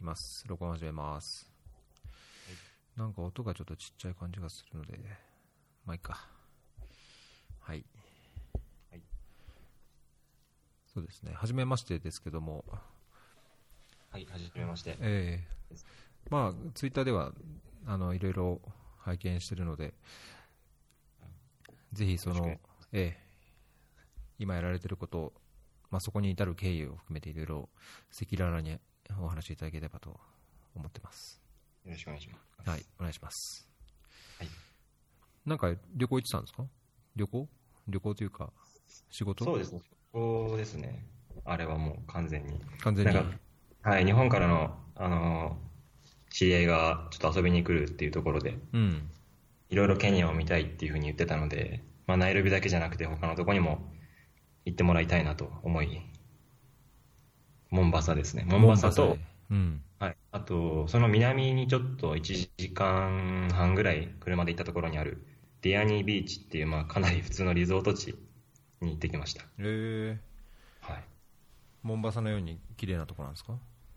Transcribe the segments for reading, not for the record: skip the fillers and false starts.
ます。録音始めます。なんか音がちょっとちっちゃい感じがするので、まあいいか。はい。 はい、 そうですね。初めましてですけども。 はい、初めまして。 まあツイッターではいろいろ拝見しているので、ぜひその、今やられていることを、まあ、そこに至る経緯を含めていろいろ赤裸々にお話しいただければと思ってます。 よろしくお願いします。 はい、お願いします。 はい。 なんか旅行行ってたんですか？旅行というか仕事？ そうですね。旅行ですね。あれはもう完全に。なんか、はい、日本からの知り合いがちょっと遊びに来るっていうところで、いろいろケニアを見たいっていうふうに言ってたので、まあナイロビだけじゃなくて他のところにも行ってもらいたいなと思い、モンバサですね。モンバサと、はい、あとその南にちょっと1時間半ぐらい車で行ったところにあるディアニービーチっていう、まあ、かなり普通のリゾート地に行ってきました。はい。 モンバサのように綺麗なところなんですか？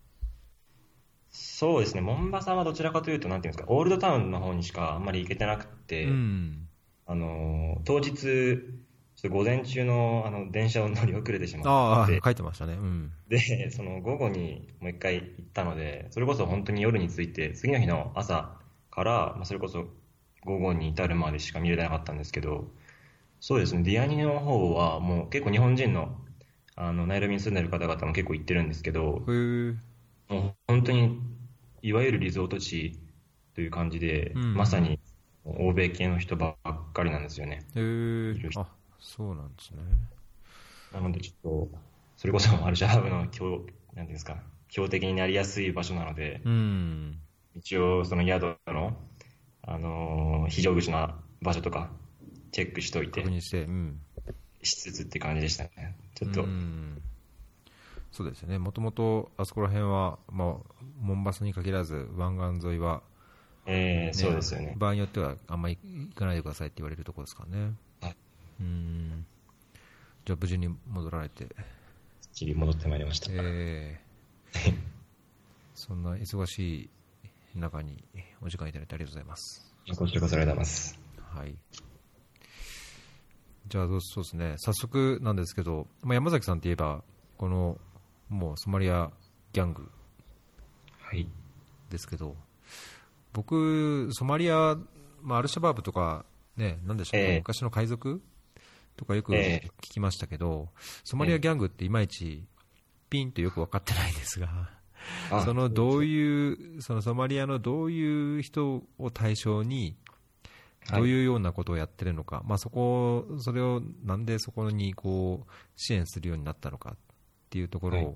そうですね。モンバサはどちらかというと、なんていうんですか、オールドタウンの方にしかあんまり行けてなくて、当日、ちょっと午前中の電車を乗り遅れてしまって、 書いてましたね。 で、その午後にもう一回行ったので、それこそ本当に夜に着いて、次の日の朝から、まあ、それこそ午後に至るまでしか見れてなかったんですけど、そうですね、ディアニの方はもう結構日本人の、ナイロビに住んでる方々も結構行ってるんですけど、もう本当にいわゆるリゾート地という感じで、まさに欧米系の人ばっかりなんですよね。 あ、そうなんですね。 なのでちょっとそれこそアルシャバーブのなんていうんですか、標的になりやすい場所なので、一応その宿の、非常口の場所とかチェックしといて、 確認して、 しつつって感じでしたね。ちょっと。 そうですね。もともとあそこら辺は、まあ、モンバサに限らず湾岸沿いは、 そうですよね。 場合によってはあんまり行かないでくださいって言われるところですからね。 はい。 じゃあ無事に戻られて。 戻ってまいりました。 そんな忙しい中にお時間いただいてありがとうございます。 こちらこそありがとうございます。 はい。じゃあそうですね。早速なんですけど、まあ、山崎さんといえばこのもうソマリアギャングですけど、僕ソマリア、まあ、アルシャバーブとかね、なんでしょう、昔の海賊とかよく聞きましたけど、ソマリアギャングっていまいちピンとよく分かってないんですが、そのソマリアのどういう人を対象にどういうようなことをやってるのか、まあ、それをなんでそこにこう支援するようになったのかっていうところを、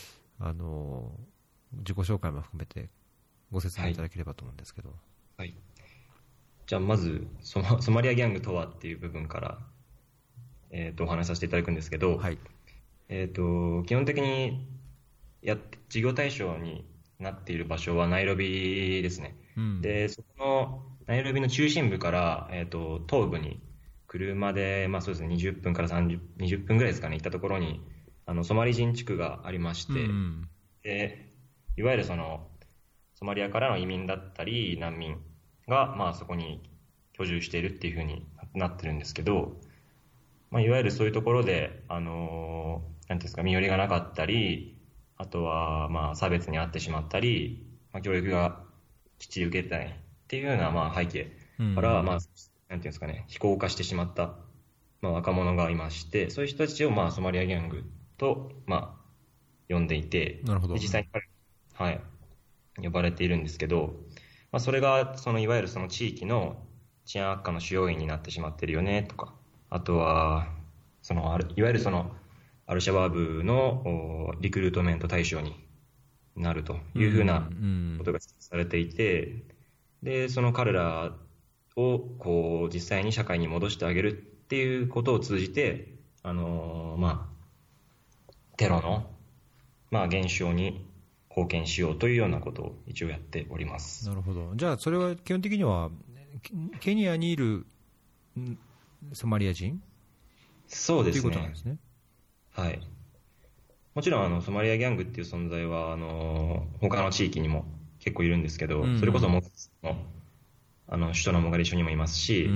自己紹介も含めてご説明いただければと思うんですけど。 はい。じゃあまずソマリアギャングとはっていう部分から、お話しさせていただくんですけど、基本的に事業対象になっている場所はナイロビですね。で、そこのナイロビの中心部から、東部に車で、まあそうですね、20分から20分ぐらいですかね、行ったところにソマリ人地区がありまして、でいわゆるソマリアからの移民だったり難民が、まあ、そこに居住しているっていう風になってるんですけど、まあ、いわゆるそういうところで、なんていうんですか、身寄りがなかったり、あとはまあ差別に遭ってしまったり、まあ、教育がきっちり受けてないっていうようなまあ背景から、まあ、なんていうんですかね、非行化してしまった、まあ、若者がいまして、そういう人たちをまあソマリアギャングと、まあ、呼んでいて、実際に、はい、呼ばれているんですけど、まあ、それがいわゆるその地域の治安悪化の主要因になってしまっているよねとか、あとはいわゆるアルシャバーブのリクルートメント対象になるというふうなことが指摘されていて、でその彼らをこう実際に社会に戻してあげるっていうことを通じて、まあ、テロの、まあ、減少に貢献しようというようなことを一応やっております。 なるほど。じゃあそれは基本的にはケニアにいるソマリア人そうですね。 ということなんですね。 はい。 もちろんソマリアギャングっていう存在は他の地域にも結構いるんですけど、それこそ首都のモガディシュにもいますし、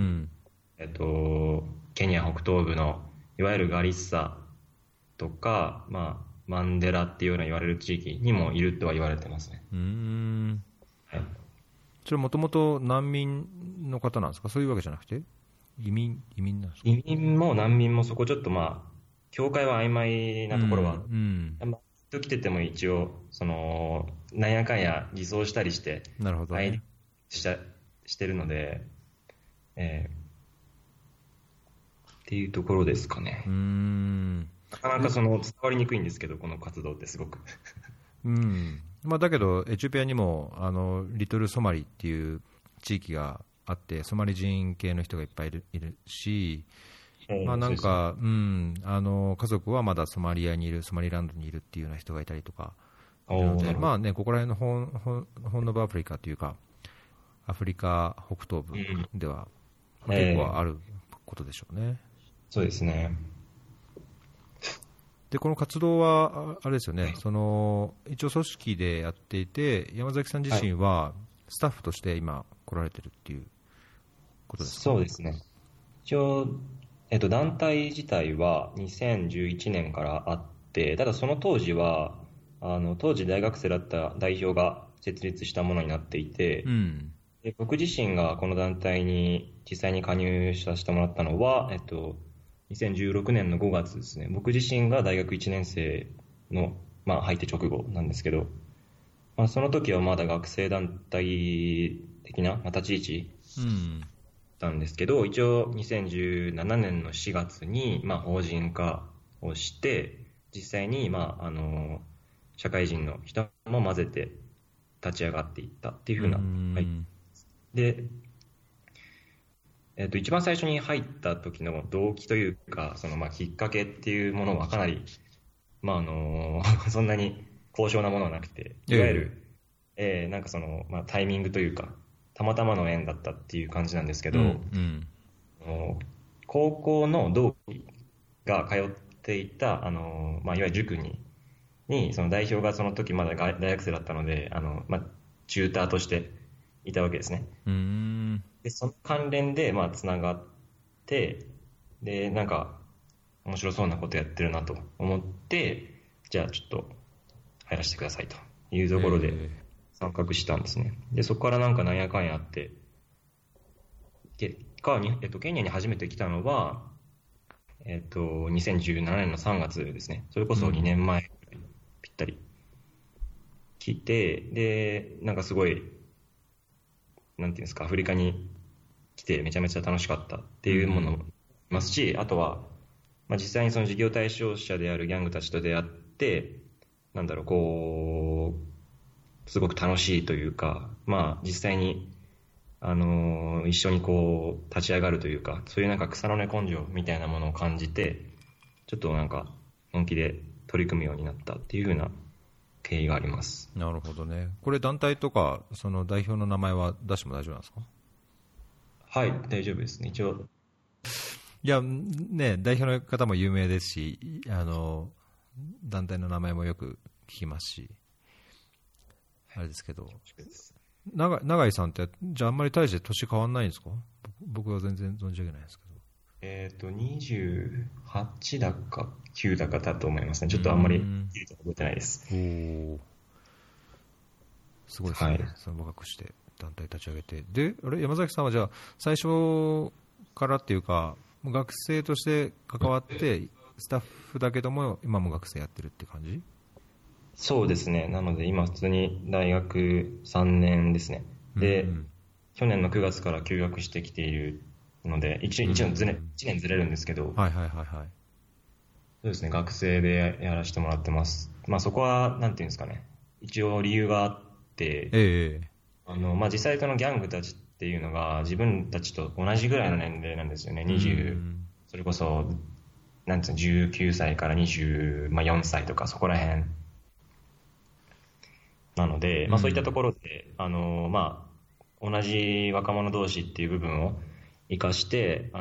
ケニア北東部のいわゆるガリッサとか、マンデラっていうような言われる地域にもいるとは言われてますね。 はい、それもともと難民の方なんですか？そういうわけじゃなくて移民なんですか？ 移民も難民もそこちょっと境界は曖昧なところは、と来てても一応なんやかんや偽装したりして、 なるほど、ね、 してるので、っていうところですかね。なかなか伝わりにくいんですけど、この活動ってすごくだけどエチオピアにもリトルソマリっていう地域があって、ソマリ人系の人がいっぱいいるし、なんか、家族はまだソマリアにいる、ソマリランドにいるっていうような人がいたりとかいるので、ここら辺の本ノブアフリカというか、アフリカ北東部では、結構あることでしょうね。 そうですね。 で、この活動は、あれですよね、一応組織でやっていて、山崎さん自身はスタッフとして今来られてるっていうことですか？ そうですね。一応団体自体は2011年からあって、ただその当時は当時大学生だった代表が設立したものになっていて、で僕自身がこの団体に実際に加入させてもらったのは、2016年の5月ですね。僕自身が大学1年生の、入って直後なんですけど、その時はまだ学生団体的な立ち位置たんですけど、一応2017年の4月に、法人化をして、実際に、社会人の人も混ぜて立ち上がっていったっていうふうな、で、一番最初に入った時の動機というか、きっかけっていうものはかなり、そんなに高尚なものはなくて、いわゆる、なんかタイミングというか、たまたまの縁だったっていう感じなんですけど、高校の同期が通っていた、いわゆる塾にその代表がその時まだ大学生だったので、チューターとしていたわけですね。でその関連でつながって、でなんか面白そうなことやってるなと思って、じゃあちょっと入らせてくださいというところで参画したんですね。でそこからなんやかんやあって、結果に、ケニアに初めて来たのは、2017年の3月ですね。それこそ2年前ぴったり来て、でなんかすごいなんていうんですか、アフリカに来てめちゃめちゃ楽しかったっていうものもいますし、あとは、実際にその事業対象者であるギャングたちと出会って、すごく楽しいというか、実際に一緒に立ち上がるというか、そういう草の根根性みたいなものを感じて、ちょっと本気で取り組むようになったっていう風な経緯があります。 なるほどね。これ団体とかその代表の名前は出しても大丈夫なんですか？ はい、大丈夫ですね。一応いやね、代表の方も有名ですし、団体の名前もよく聞きますし、あれですけど、永井さんってじゃああんまり大して年変わんないんですか？僕は全然存じ上げないですけど。 28だか9だかだと思いますね。ちょっとあんまり覚えてないです。 すごいですね。その若くして団体立ち上げて、で、山崎さんはじゃあ最初からっていうか、学生として関わってスタッフだけども今も学生やってるって感じ？ そうですね。なので今普通に大学3年ですね。で、去年の9月から休学してきているので 1年ずれるんですけど、そうですね、学生でやらせてもらってます。そこはなんていうんですかね、一応理由があって、実際そのギャングたちっていうのが自分たちと同じぐらいの年齢なんですよね。それこそなんていうの、19歳から24歳とかそこら辺なので、そういったところで同じ若者同士っていう部分を生かして、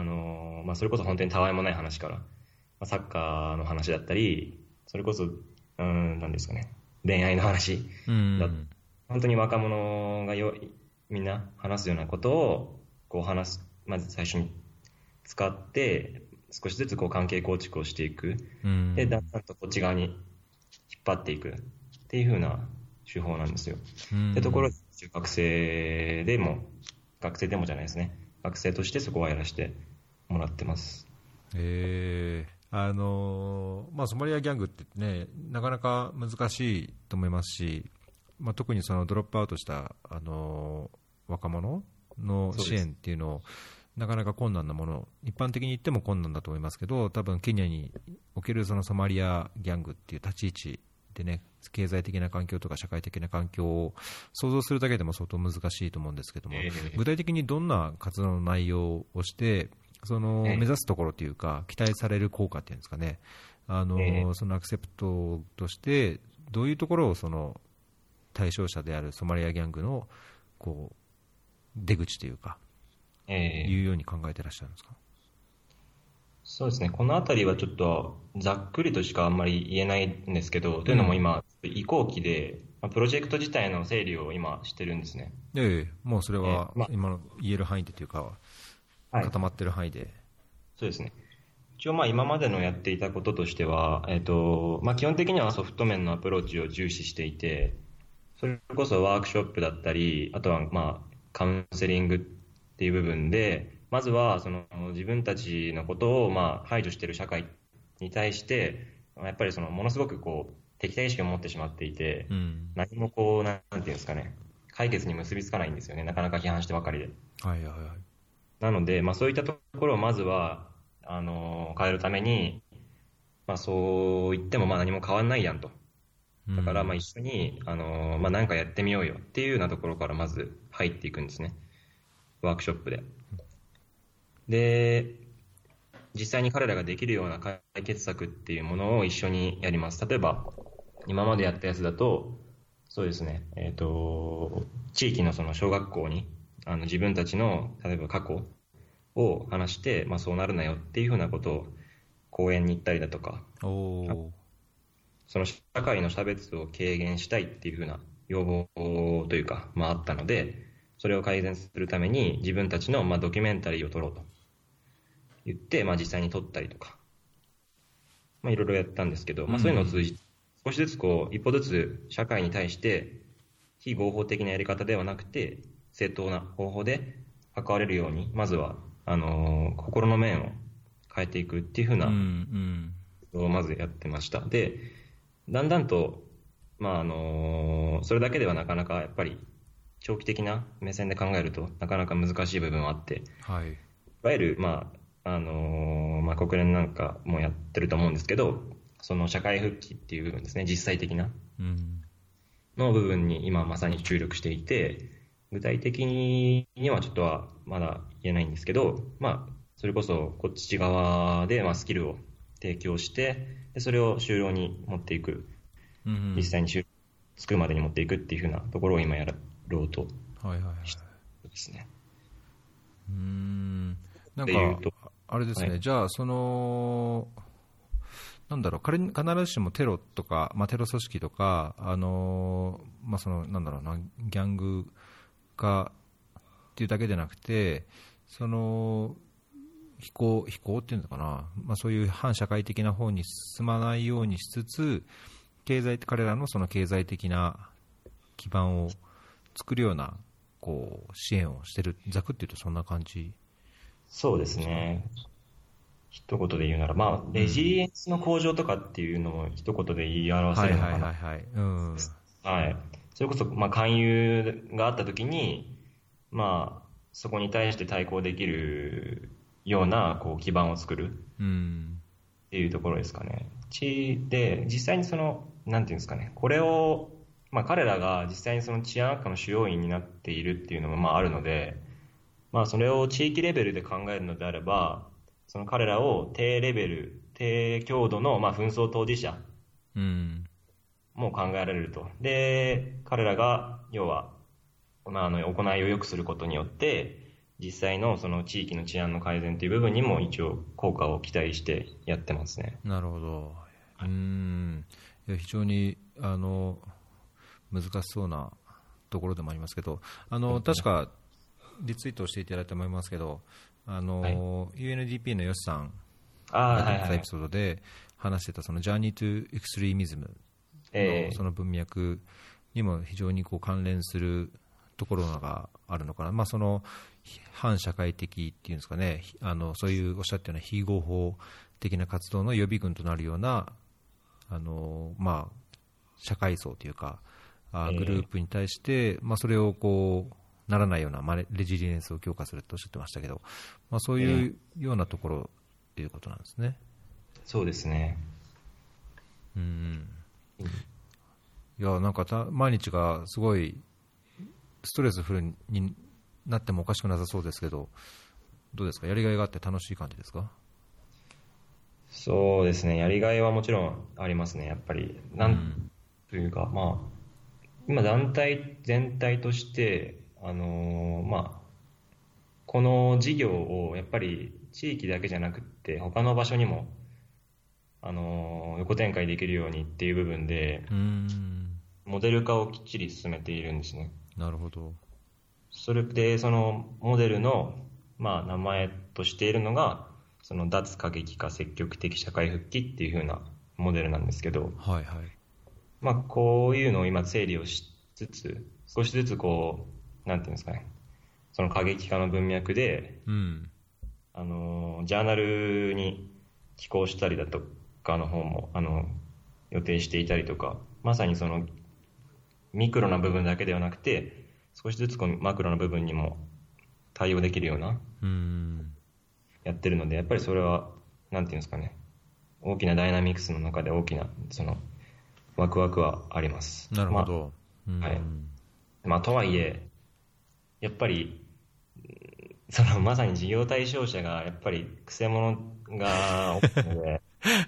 それこそ本当にたわいもない話から、サッカーの話だったり、それこそなんですかね、恋愛の話だ、本当に若者がみんな話すようなことをこうまず最初に使って少しずつこう関係構築をしていく、でだんだんとこっち側に引っ張っていくっていう風な手法なんですよ。でところで学生でもじゃないですね、学生としてそこはやらせてもらってます。 ソマリアギャングってね、なかなか難しいと思いますし、特にそのドロップアウトした、若者の支援っていうのをなかなか困難なもの、一般的に言っても困難だと思いますけど、多分ケニアにおけるそのソマリアギャングっていう立ち位置でね、経済的な環境とか社会的な環境を想像するだけでも相当難しいと思うんですけども、具体的にどんな活動の内容をして目指すところというか期待される効果っていうんですかね、そのアクセプトとしてどういうところをその対象者であるソマリアギャングのこう出口というか、いうように考えてらっしゃるんですか？ そうですね、このあたりはちょっとざっくりとしかあんまり言えないんですけど、というのも今移行期でプロジェクト自体の整理を今してるんですね。 もうそれは今の言える範囲でというか、固まってる範囲で。 そうですね。一応今までのやっていたこととしては、基本的にはソフト面のアプローチを重視していて、それこそワークショップだったり、あとはカウンセリングっていう部分で、まずはその自分たちのことを排除している社会に対して、やっぱりものすごく敵対意識を持ってしまっていて、何もなんていうんですかね、解決に結びつかないんですよね、なかなか批判してばかりで。なので、そういったところをまずは変えるために、そう言っても何も変わんないやんと。だから一緒に何かやってみようよっていうようなところからまず入っていくんですね、ワークショップで。で、実際に彼らができるような解決策っていうものを一緒にやります。例えば今までやったやつだと、そうですね、地域のその小学校に自分たちの例えば過去を話して、そうなるなよっていうふうなことを講演に行ったりだとか、その社会の差別を軽減したいっていうふうな要望というか、あったので、それを改善するために自分たちのドキュメンタリーを撮ろうと言って、実際に撮ったりとか、いろいろやったんですけど、そういうのを通じて少しずつ一歩ずつ社会に対して非合法的なやり方ではなくて正当な方法で関われるように、まずは心の面を変えていくっていうふうなをまずやってました。で、だんだんと、それだけではなかなかやっぱり長期的な目線で考えるとなかなか難しい部分はあって、いわゆる、国連なんかもやってると思うんですけど、その社会復帰っていう部分ですね、実際的なの部分に今まさに注力していて、具体的にはちょっとはまだ言えないんですけど、それこそこっち側でスキルを提供して、でそれを就労に持っていく、実際に作るまでに持っていくっていう風なところを今やろうとしてですね。 なんかあれですね、じゃあなんだろう、必ずしもテロとか、テロ組織とか、なんだろうな、ギャング化っていうだけでなくて、非行っていうのかな、そういう反社会的な方に進まないようにしつつ、彼らのその経済的な基盤を作るような支援をしてる、ざくっていうとそんな感じ。 そうですね。一言で言うなら、レジリエンスの向上とかっていうのも一言で言い表せるのかな。それこそ、勧誘があったときに、そこに対して対抗できるような基盤を作るっていうところですかね。で、実際になんていうんですかね、これを、彼らが実際に治安悪化の主要因になっているっていうのもあるので、それを地域レベルで考えるのであれば、その彼らを低レベル、低強度の紛争当事者も考えられると。で、彼らが要は、行いを良くすることによって、実際のその地域の治安の改善という部分にも一応効果を期待してやってますね。 なるほど。 いや非常に難しそうなところでもありますけど、確かリツイートをしていただいたと思いますけど、UNDP のヨシさんが出たエピソードで話してたそのジャーニー・トゥ・エクストリーミズムのその文脈にも非常にこう関連するところがあるのかな、その反社会的っていうんですかね、そういうおっしゃったような非合法的な活動の予備軍となるような社会層というかグループに対して、それをこうならないようなレジリエンスを強化するとおっしゃってましたけど、そういうようなところということなんですね。 そうですね。 いやなんか毎日がすごいストレスフルになってもおかしくなさそうですけど、どうですか、やりがいがあって楽しい感じですか？ そうですね、やりがいはもちろんありますね、やっぱり。というか、今、団体全体として、この事業をやっぱり地域だけじゃなくって、他の場所にも、横展開できるようにっていう部分で、モデル化をきっちり進めているんですね。 なるほど。 それで、そのモデルの、名前としているのが、その脱過激化積極的社会復帰っていう風なモデルなんですけど、こういうのを今整理をしつつ、少しずつこう、なんていうんですかね、その過激化の文脈で、ジャーナルに寄稿したりだとかの方も予定していたりとか、まさにそのミクロな部分だけではなくて、少しずつこのマクロな部分にも対応できるような、やってるので、やっぱりそれは、なんていうんですかね、大きなダイナミクスの中で大きな、その、ワクワクはあります。 なるほど。 とはいえ、やっぱり、まさに事業対象者が、やっぱり、くせ者が多いので、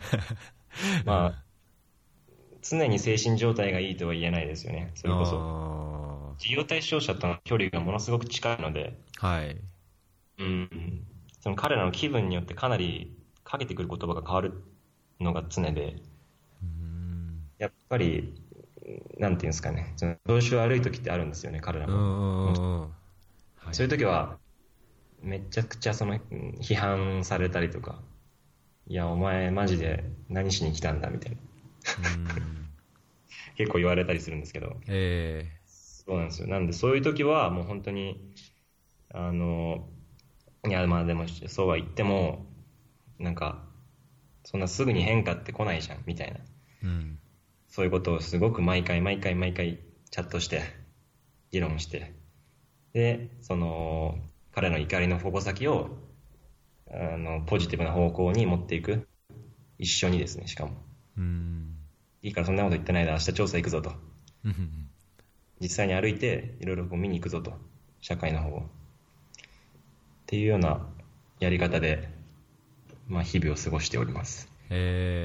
常に精神状態がいいとは言えないですよね、それこそ。事業対象者との距離がものすごく近いので、その彼らの気分によってかなりかけてくる言葉が変わるのが常で、やっぱり、なんていうんですかね、その調子悪い時ってあるんですよね、彼らも。そういう時は、めちゃくちゃ批判されたりとか、いや、お前マジで何しに来たんだみたいな。結構言われたりするんですけど、そうなんですよ。なんでそういう時はもう本当にいやでもそうは言ってもなんかそんなすぐに変化って来ないじゃんみたいな、そういうことをすごく毎回チャットして議論して、で彼の怒りの矛先をポジティブな方向に持っていく、一緒にですね。しかもいいからそんなこと言ってないで明日調査行くぞと実際に歩いていろいろ見に行くぞと、社会の方をっていうようなやり方で、日々を過ごしております。 い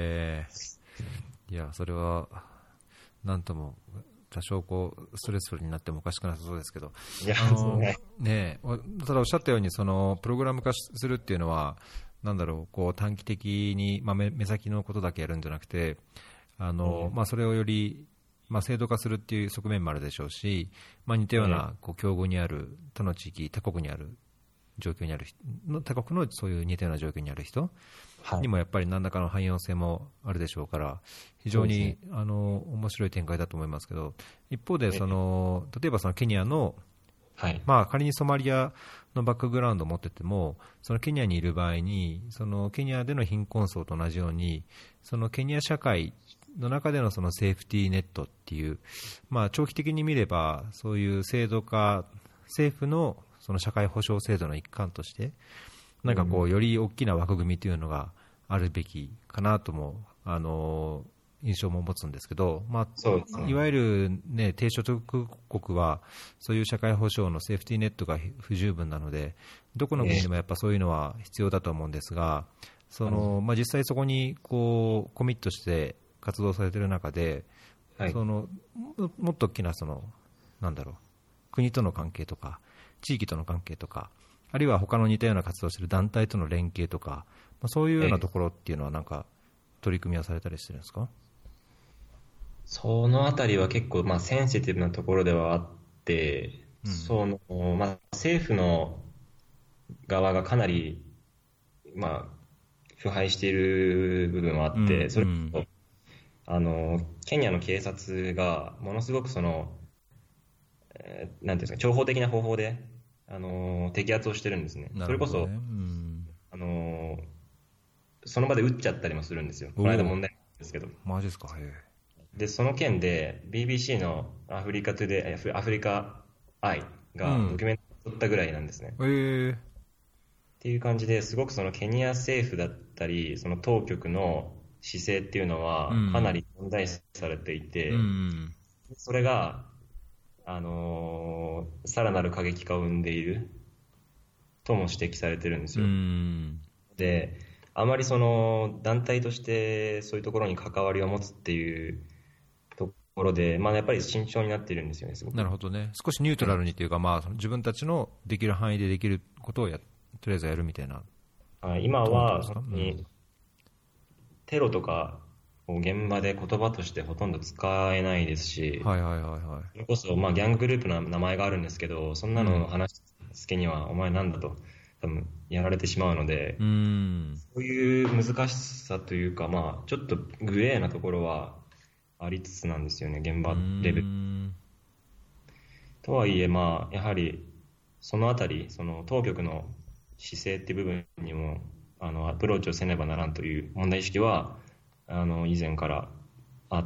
やそれはなんとも多少ストレスフルになってもおかしくなさそうですけど、 いやただおっしゃったようにプログラム化するっていうのは短期的に、目先のことだけやるんじゃなくてそれをより制度化するっていう側面もあるでしょうし、似たような境遇にある他の地域、他国にある状況にある他国のそういう似たような状況にある人にもやっぱり何らかの汎用性もあるでしょうから、非常に、面白い展開だと思いますけど、一方で例えばケニアの、仮にソマリアのバックグラウンドを持ってても、そのケニアにいる場合にケニアでの貧困層と同じようにケニア社会の中でのセーフティーネットっていう、長期的に見ればそういう制度化、政府の社会保障制度の一環としてより大きな枠組みというのがあるべきかなとも印象も持つんですけど、いわゆる、低所得国はそういう社会保障のセーフティーネットが不十分なので、どこの国でもやっぱそういうのは必要だと思うんですが、実際そこにコミットして活動されている中で、もっと大きな国との関係とか地域との関係とか、あるいは他の似たような活動をしている団体との連携とか、そういうようなところっていうのは取り組みはされたりしてるんですか？ そのあたりは結構、センシティブなところではあって、政府の側がかなり、腐敗している部分はあって、それこそ、ケニアの警察がものすごくなんていうんですか、諜報的な方法で、摘発をしてるんですね。それこそ、その場で撃っちゃったりもするんですよ。この間問題なんですけど。 マジですか。 で、その件で BBC のアフリカアイがドキュメントを撮ったぐらいなんですね。っていう感じで、すごくケニア政府だったり、その当局の姿勢っていうのはかなり問題視されていて、それが、さらなる過激化を生んでいるとも指摘されてるんですよ。で、あまり団体としてそういうところに関わりを持つっていうところで、やっぱり慎重になっているんですよね、すごく。 なるほどね。少しニュートラルにというか、自分たちのできる範囲でできることをとりあえずやるみたいな。 今は本当にテロとかを現場で言葉としてほとんど使えないですし、それこそギャンググループの名前があるんですけど、そんなの話しつけにはお前なんだと多分やられてしまうので、そういう難しさというか、ちょっとグレーなところはありつつなんですよね、現場レベル。とはいえ、やはりそのあたり、当局の姿勢っていう部分にもアプローチをせねばならんという問題意識は以前からあって、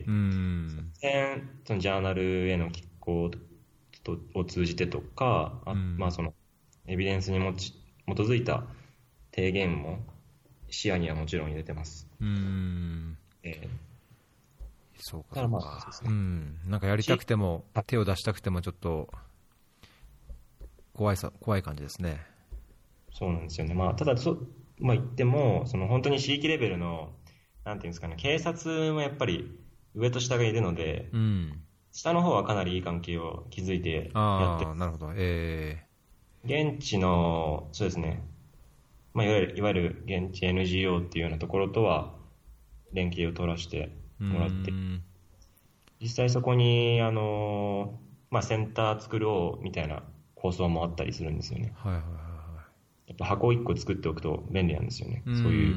そのジャーナルへの寄稿を通じてとか、エビデンスに基づいた提言も視野にはもちろん入れてます。 そうかそうか。なんかやりたくても手を出したくてもちょっと怖い感じですね。 そうなんですよね。ただ言っても本当に地域レベルのなんていうんですかね、警察もやっぱり上と下がいるので、下の方はかなりいい関係を築いてやってる。 なるほど。 現地のそうですね、いわゆる現地 NGO っていうようなところとは連携を取らせてもらって、実際そこにセンター作ろうみたいな構想もあったりするんですよね。やっぱ箱1個作っておくと便利なんですよね。そういう、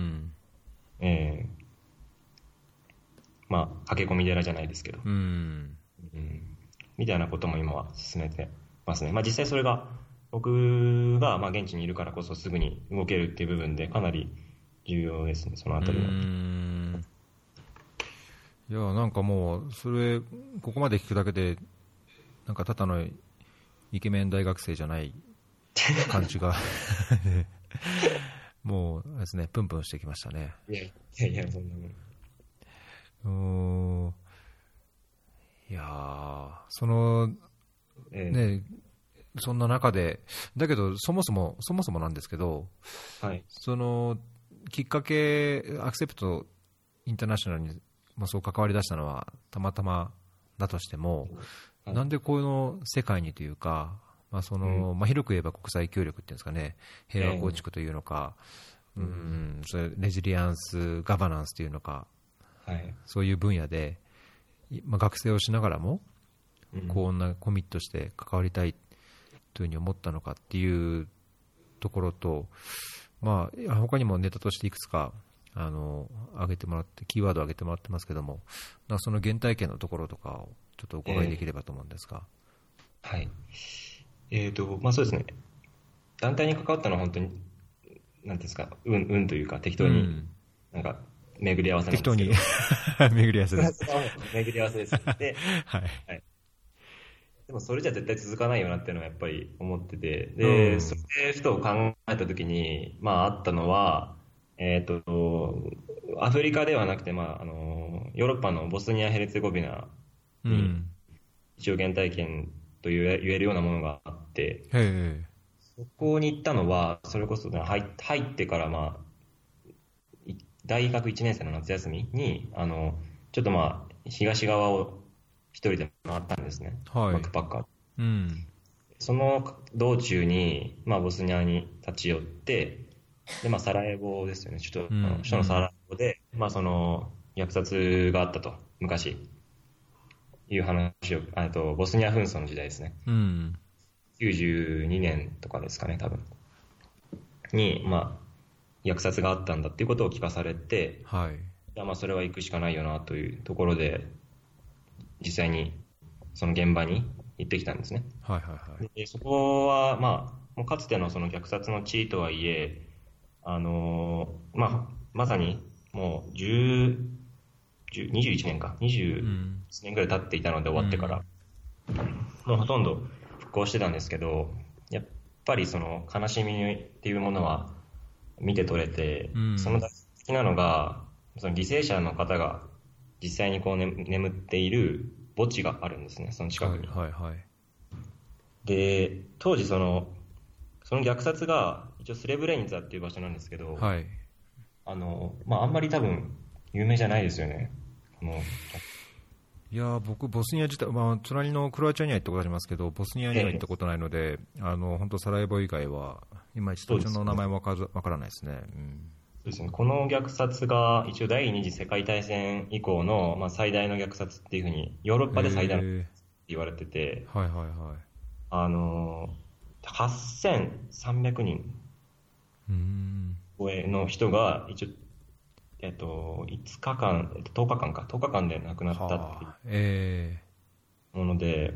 駆け込み寺じゃないですけど、みたいなことも今は進めてますね。実際それが僕が現地にいるからこそすぐに動けるっていう部分でかなり重要ですね、そのあたりは。 いや、なんかもうここまで聞くだけでなんかただのイケメン大学生じゃない感じがもうですね、プンプンしてきましたね。 いやそんなもん。 いやそんな中でだけどそもそもなんですけど、きっかけアクセプトインターナショナルにそう関わり出したのはたまたまだとしても、なんでこの世界にというか、広く言えば国際協力っていうんですかね、平和構築というのか、それレジリアンスガバナンスというのか、そういう分野で、学生をしながらもこんなコミットして関わりたいというふうに思ったのかっていうところと、他にもネタとしていくつか挙げてもらってキーワードを挙げてもらってますけども、その原体験のところとかをちょっとお伺いできればと思うんですが。 そうですね、団体に関わったのは本当になんていうんですか、運というか適当になんか巡り合わせなんですけど、 適当に巡り合わせです。 巡り合わせです。で、でもそれじゃ絶対続かないよなっていうのはやっぱり思ってて、で、それでふと考えたときに、あったのは、アフリカではなくて、ヨーロッパのボスニア・ヘルツェゴビナに一応原体験と言えるようなものがあって、そこに行ったのはそれこそ、入ってから大学1年生の夏休みにちょっと東側を一人で回ったんですね、バックパッカー。その道中に、ボスニアに立ち寄って、でサラエボですよね、首都のサラエボで、その虐殺があったと、昔。 いう話を、ボスニア紛争の時代ですね。 うん。 92年とかですかね、多分。に、虐殺があったんだっていうことを聞かされて、 はい。 じゃあそれは行くしかないよなというところで、実際にその現場に行ってきたんですね。 はいはいはい。 でそこは、もうかつてのその虐殺の地とはいえ、まさにもう21年か、21年ぐらい経っていたので終わってから、もうほとんど復興してたんですけど、やっぱりその悲しみっていうものは見て取れて、その大好きなのが、その犠牲者の方が実際にこう、眠っている墓地があるんですね、その近くに。 はいはいはい。 で、当時その虐殺が一応スレブレニツァっていう場所なんですけど、 はい。 あんまり多分有名じゃないですよね。 いや僕、ボスニア自体、隣のクロアチアには行ったことありますけど、ボスニアには行ったことないので、本当、サラエボ以外は、いまいち土地の名前もわからないですね。 そうですね。この虐殺が一応第二次世界大戦以降の、最大の虐殺っていうふうに、ヨーロッパで最大のって言われてて、 はいはいはい。 8300人超えの人が一応、5日間、10日間か、10日間で亡くなったっていうもので、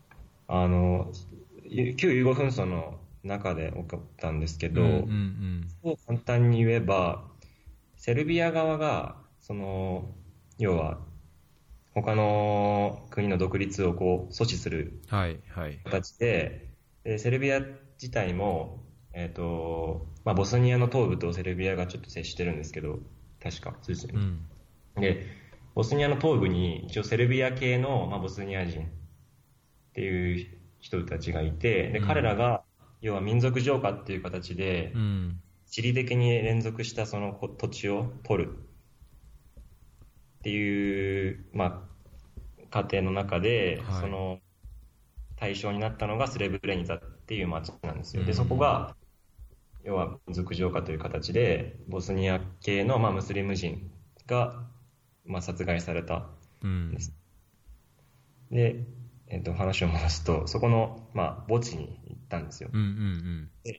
旧ユーゴ紛争の中で起こったんですけど、簡単に言えば、セルビア側が、要は、他の国の独立をこう阻止する形で、セルビア自体も、ボスニアの東部とセルビアがちょっと接してるんですけど、確か、そうですよね。で、ボスニアの東部に一応セルビア系の、ボスニア人っていう人たちがいて、で、彼らが、要は民族浄化っていう形で、地理的に連続したその土地を取るっていう、過程の中で、その対象になったのがスレブレニツァっていう町なんですよ。で、そこが、要は民族浄化という形で、ボスニア系の、ムスリム人が、殺害されたんです。で、話を戻すと、そこの、墓地に行ったんですよ。で、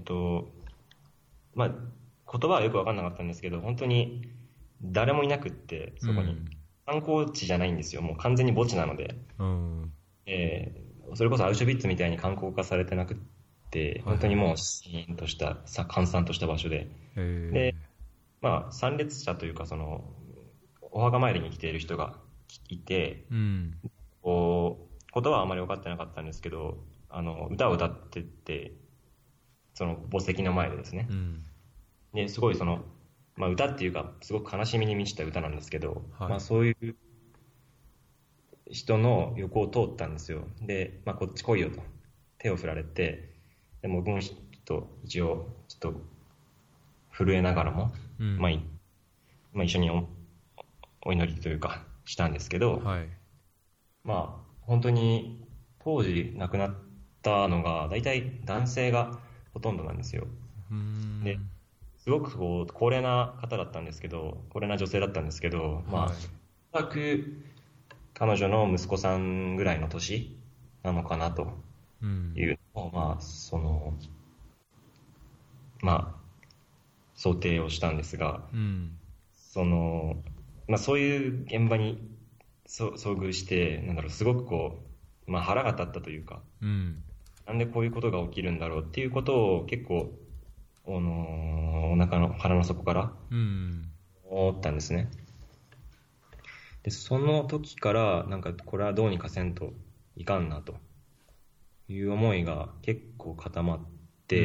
言葉はよく分かんなかったんですけど、本当に誰もいなくって、そこに。観光地じゃないんですよ。もう完全に墓地なので。それこそアウシュビッツみたいに観光化されてなくって、本当にもうシーンとした、閑散とした場所で。で、参列者というか、お墓参りに来ている人がいて、言葉はあまり分かってなかったんですけど、歌を歌ってて、その墓石の前でですね。ですごい歌っていうか、すごく悲しみに満ちた歌なんですけど、そういう人の横を通ったんですよ。で、こっち来いよと手を振られて、でも僕も一応ちょっと震えながらも、一緒にお祈りというかしたんですけど、本当に当時亡くなったのが大体男性がほとんどなんですよ。ですごく高齢な方だったんですけど、高齢な女性だったんですけど、おそらく彼女の息子さんぐらいの年なのかなというのを、想定をしたんですが、そういう現場に遭遇して、すごく腹が立ったというか、なんでこういうことが起きるんだろうっていうことを結構、腹の底から思ったんですね。で、その時から、これはどうにかせんといかんなという思いが結構固まって、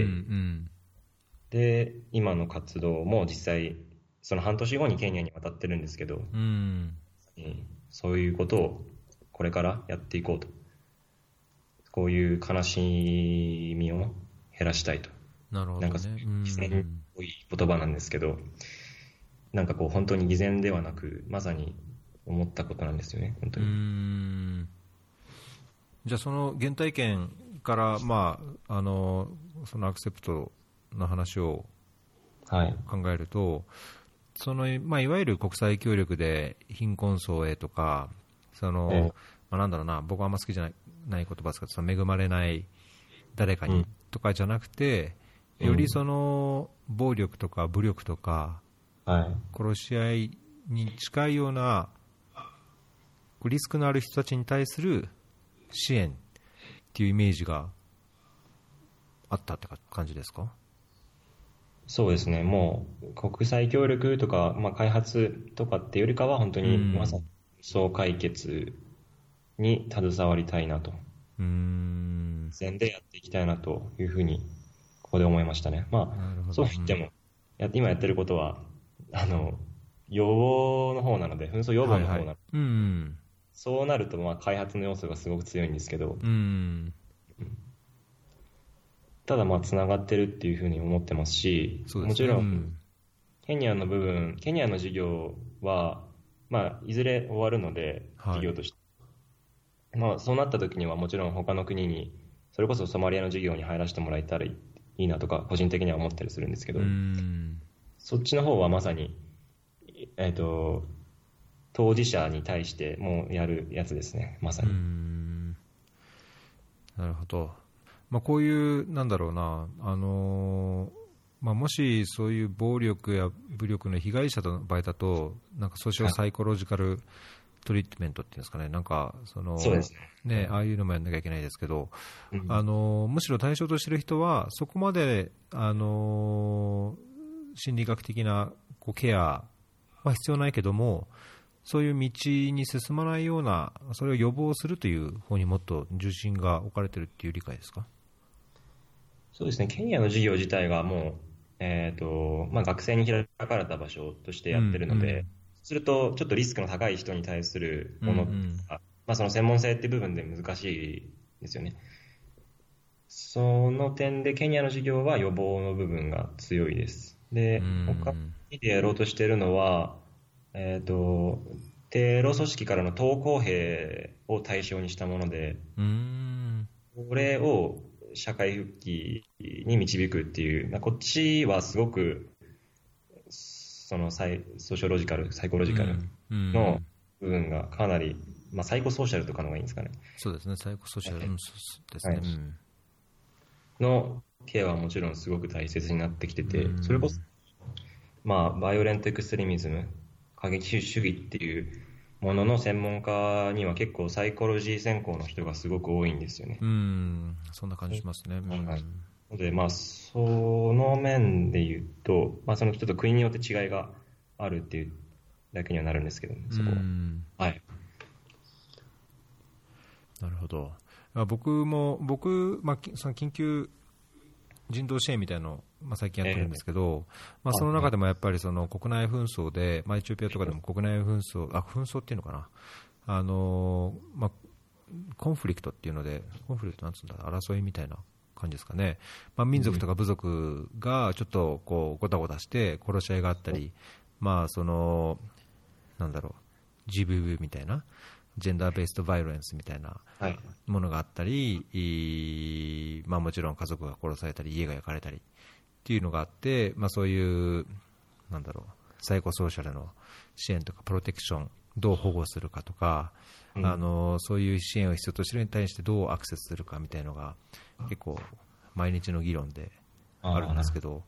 で、今の活動も実際、その半年後にケニアに渡ってるんですけど、そういうことをこれからやっていこうと。こういう悲しみを減らしたいと。 なるほどね。 偽善っぽい言葉なんですけど、本当に偽善ではなく、まさに思ったことなんですよね、本当に。 じゃあその原体験から、そのアクセプトの話を考えると、いわゆる国際協力で貧困層へとか、 なんだろうな、僕はあんま好きじゃない言葉ですけど、その恵まれない誰かにとかじゃなくて、よりその暴力とか武力とか、殺し合いに近いようなリスクのある人たちに対する支援っていうイメージがあったって感じですか？ そうですね、もう国際協力とか、開発とかっていうよりかは、本当にまさに紛争解決に携わりたいなと、全でやっていきたいなというふうに、ここで思いましたね。そう言っても、今やってることは、予防の方なので、紛争予防の方なので、そうなると開発の要素がすごく強いんですけど、ただつながってるっていうふうに思ってますし、もちろん、ケニアの事業は、いずれ終わるので、事業として。そうなった時にはもちろん他の国に、それこそソマリアの事業に入らせてもらえたらいいなとか、個人的には思ったりするんですけど、そっちの方はまさに、当事者に対してもうやるやつですね、まさに。 なるほど。こういう、なんだろうな、もしそういう暴力や武力の被害者の場合だと、なんかソーシャルサイコロジカルトリートメントっていうんですかね、なんかそうですね、ああいうのもやんなきゃいけないですけど、むしろ対象としている人は、そこまで心理学的なケアは必要ないけども、そういう道に進まないような、それを予防するという方にもっと重心が置かれているという理解ですか？ そうですね、ケニアの事業自体がもう、学生に開かれた場所としてやってるので、するとちょっとリスクの高い人に対するものが、その専門性っていう部分で難しいですよね。その点でケニアの事業は予防の部分が強いです。で、他でやろうとしているのは、テロ組織からの投降兵を対象にしたもので、これを社会復帰に導くっていう、こっちはすごくソーシャロジカル、サイコロジカルの部分がかなり、サイコソーシャルとかの方がいいんですかね。 そうですね、サイコソーシャルですね。 のケアはもちろんすごく大切になってきてて、それこそ、バイオレントエクストリミズム、過激主義っていうものの専門家には結構サイコロジー専攻の人がすごく多いんですよね。 そんな感じしますね。 なので、その面で言うと、そのちょっと国によって違いがあるっていうだけにはなるんですけど、そこは。はい。 なるほど。僕、その緊急人道支援みたいなのを最近やってるんですけど、その中でもやっぱりその国内紛争で、エチオピアとかでも国内紛争っていうのかな、コンフリクトっていうので、コンフリクトなんつうんだ、争いみたいな感じですかね。民族とか部族がちょっとこうごたごたして殺し合いがあったり、なんだろう、GVV みたいな。ジェンダーベースドバイオレンスみたいなものがあったり、もちろん家族が殺されたり家が焼かれたりっていうのがあって、そういうなんだろう、サイコソーシャルの支援とかプロテクションどう保護するかとか、そういう支援を必要としている人に対してどうアクセスするかみたいなのが結構毎日の議論であるんですけど、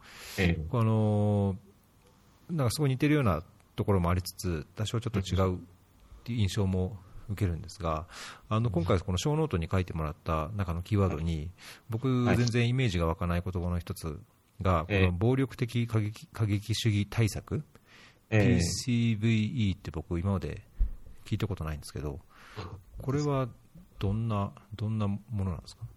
なんかすごい似てるようなところもありつつ、多少ちょっと違うっていう印象も受けるんですが、今回この小ノートに書いてもらった中のキーワードに、僕全然イメージが湧かない言葉の一つが、この暴力的過激主義対策、PCVE って僕今まで聞いたことないんですけど、これはどんなものなんですか？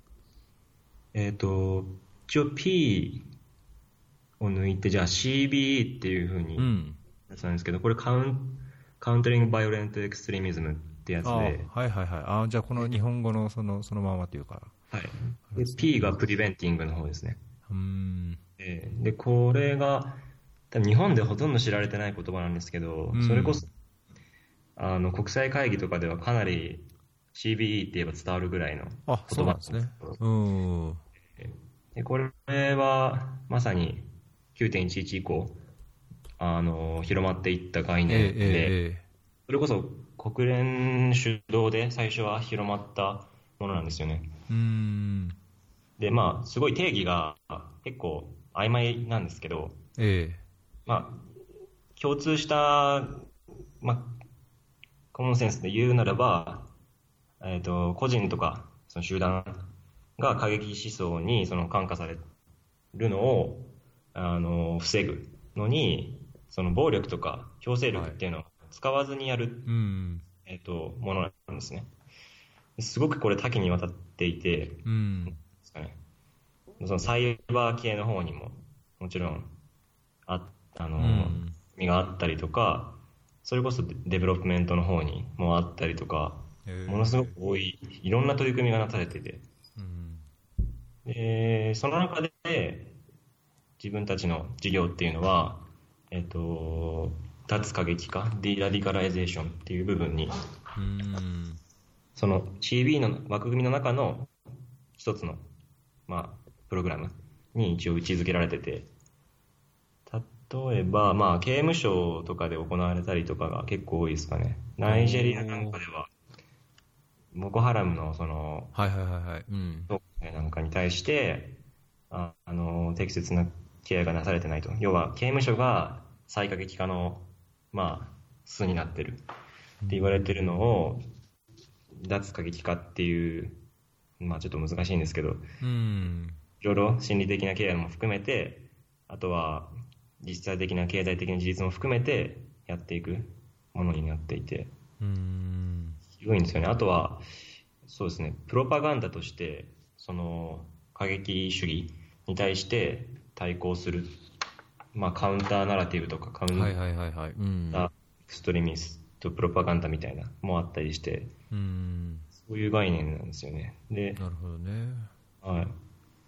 一応 P を抜いて、じゃあ CBE っていうふうにやつなんですけど、これカウントリングバイオレントエクストリミズムってやつで、 じゃあこの日本語のそのままというか、 で P がプリベンティングの方ですね。でこれが多分日本でほとんど知られてない言葉なんですけど、それこそ国際会議とかではかなり CBE って言えば伝わるぐらいの言葉なんですね。でこれはまさに 9.11 以降広まっていった概念で、それこそ国連主導で最初は広まったものなんですよね。で、まあ、すごい定義が結構曖昧なんですけど、まあ、共通した、まあ、コモンセンスで言うならば、個人とかその集団が過激思想にその感化されるのを防ぐのに、その暴力とか強制力っていうのを使わずにやる、ものなんですね。すごくこれ多岐にわたっていて、ですかね、そのサイバー系の方にももちろん意味があったりとか、それこそデベロップメントの方にもあったりとか、ものすごく多い、いろんな取り組みがなされていて、でその中で自分たちの事業っていうのは、脱過激化、ディラディカライゼーションっていう部分に、その CB の枠組みの中の一つの、まあ、プログラムに一応位置づけられてて、例えば、まあ、刑務所とかで行われたりとかが結構多いですかね。ナイジェリアなんかでは、ボコハラムのその、なんかに対して、適切なケアがなされてないと。要は、刑務所が再過激化の、まあ、巣になってるって言われてるのを、脱過激化っていう、まあちょっと難しいんですけど、いろいろ心理的なケアも含めて、あとは実際的な経済的な事実も含めてやっていくものになっていて、広いんですよね。あとは、そうですね、プロパガンダとして、その過激主義に対して対抗する、まあカウンターナラティブとかカウンターエクストリミストプロパガンダみたいなもあったりして、そういう概念なんですよね。で、 なるほどね。 はい。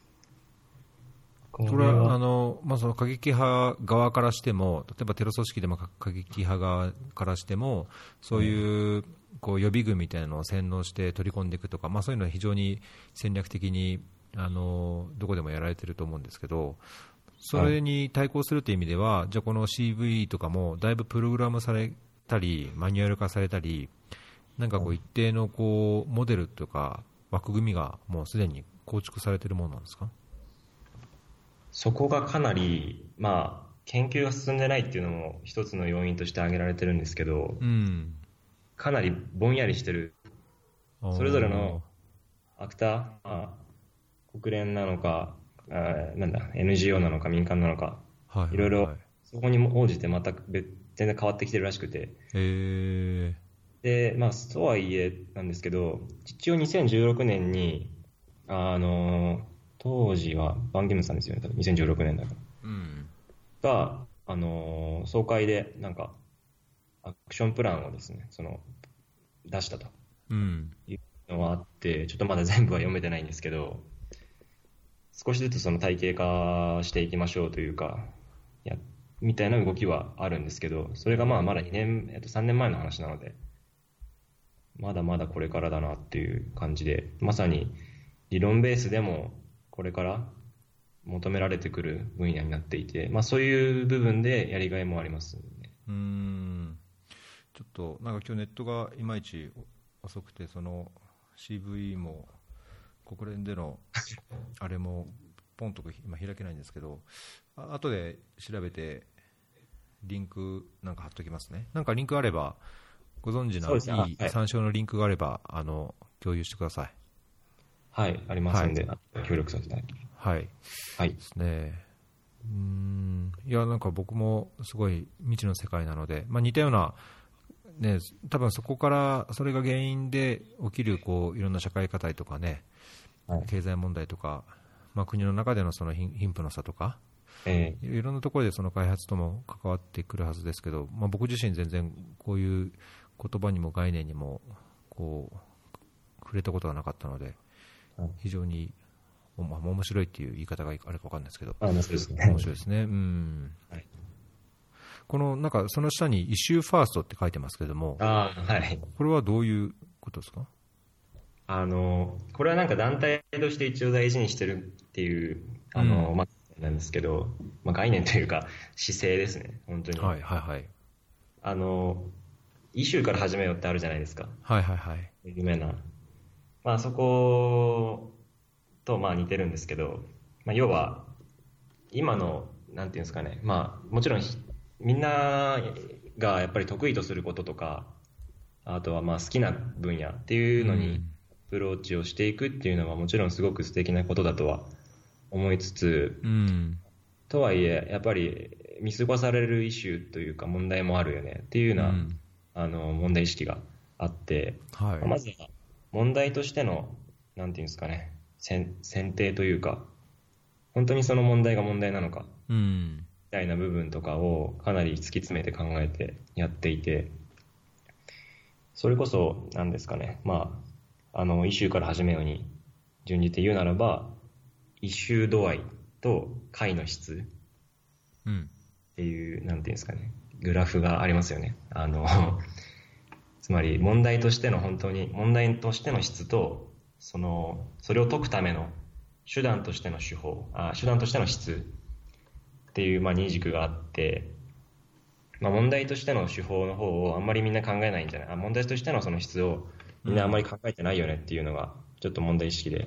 これはまあ、その過激派側からしても、例えばテロ組織でも過激派側からしても、そういう、こう予備軍みたいなのを洗脳して取り込んでいくとか、まあ、そういうのは非常に戦略的にどこでもやられてると思うんですけど、それに対抗するという意味では、じゃあこの CV とかもだいぶプログラムされたりマニュアル化されたり、なんかこう一定のこうモデルとか枠組みがもうすでに構築されているものなんですか？ そこがかなり、まあ、研究が進んでないっていうのも一つの要因として挙げられてるんですけど、かなりぼんやりしてる。それぞれのアクター、まあ、国連なのか、なんだ、NGO なのか民間なのか、いろいろそこに応じてまた全然変わってきてるらしくて。で、まあ、とはいえなんですけど、一応2016年に、当時はバンキムさんですよね、2016年だから。が、総会でなんかアクションプランをですね、出したというのはあって、ちょっとまだ全部は読めてないんですけど、少しずつその体系化していきましょうというか、みたいな動きはあるんですけど、それがまあまだ3年前の話なので、まだまだこれからだなっていう感じで、まさに理論ベースでもこれから求められてくる分野になっていて、まあ、そういう部分でやりがいもありますね。 ちょっとなんか今日ネットがいまいち遅くて、その CVE も国連でのあれもポンと今開けないんですけど、後で調べてリンクなんか貼っときますね。なんかリンクあれば、ご存知のいい参照のリンクがあれば共有してください。 はい、ありますんで、協力させていただきます。 はいですね。いや、なんか僕もすごい未知の世界なので、まあ、似たような、ね、多分そこからそれが原因で起きるこういろんな社会課題とかね、経済問題とか、まあ、国の中でのその貧富の差とか、いろんなところでその開発とも関わってくるはずですけど、まあ、僕自身全然こういう言葉にも概念にもこう触れたことがなかったので、非常に面白いっていう言い方があるか分かんないですけど、 面白いですね。 面白いですね。このなんかその下にイシューファーストって書いてますけども、これはどういうことですか？ これはなんか団体として一応大事にしてるっていうまあ、なんですけど、まあ、概念というか姿勢ですね、本当に。 イシューから始めようってあるじゃないですか。 はいはいはい。 有名な。まあそことまあ似てるんですけど、まあ要は今の、なんていうんですかね、まあもちろんみんながやっぱり得意とすることとか、あとはまあ好きな分野っていうのにアプローチをしていくっていうのはもちろんすごく素敵なことだとは思いつつ、とはいえやっぱり見過ごされるイシューというか問題もあるよねっていうような、問題意識があって、 はい、 まずは問題としての、なんていうんですかね、選定というか、本当にその問題が問題なのか、みたいな部分とかをかなり突き詰めて考えてやっていて、それこそ、なんですかね、まあ、イシューから始めように順じて言うならば、イシュー度合いと解の質っていう、なんていうんですかね、グラフがありますよね。つまり問題としての本当に、問題としての質と、それを解くための手段としての手段としての質っていう、まあ、二軸があって、まあ、問題としての手法の方をあんまりみんな考えないんじゃない、問題としてのその質をみんなあんまり考えてないよねっていうのがちょっと問題意識で、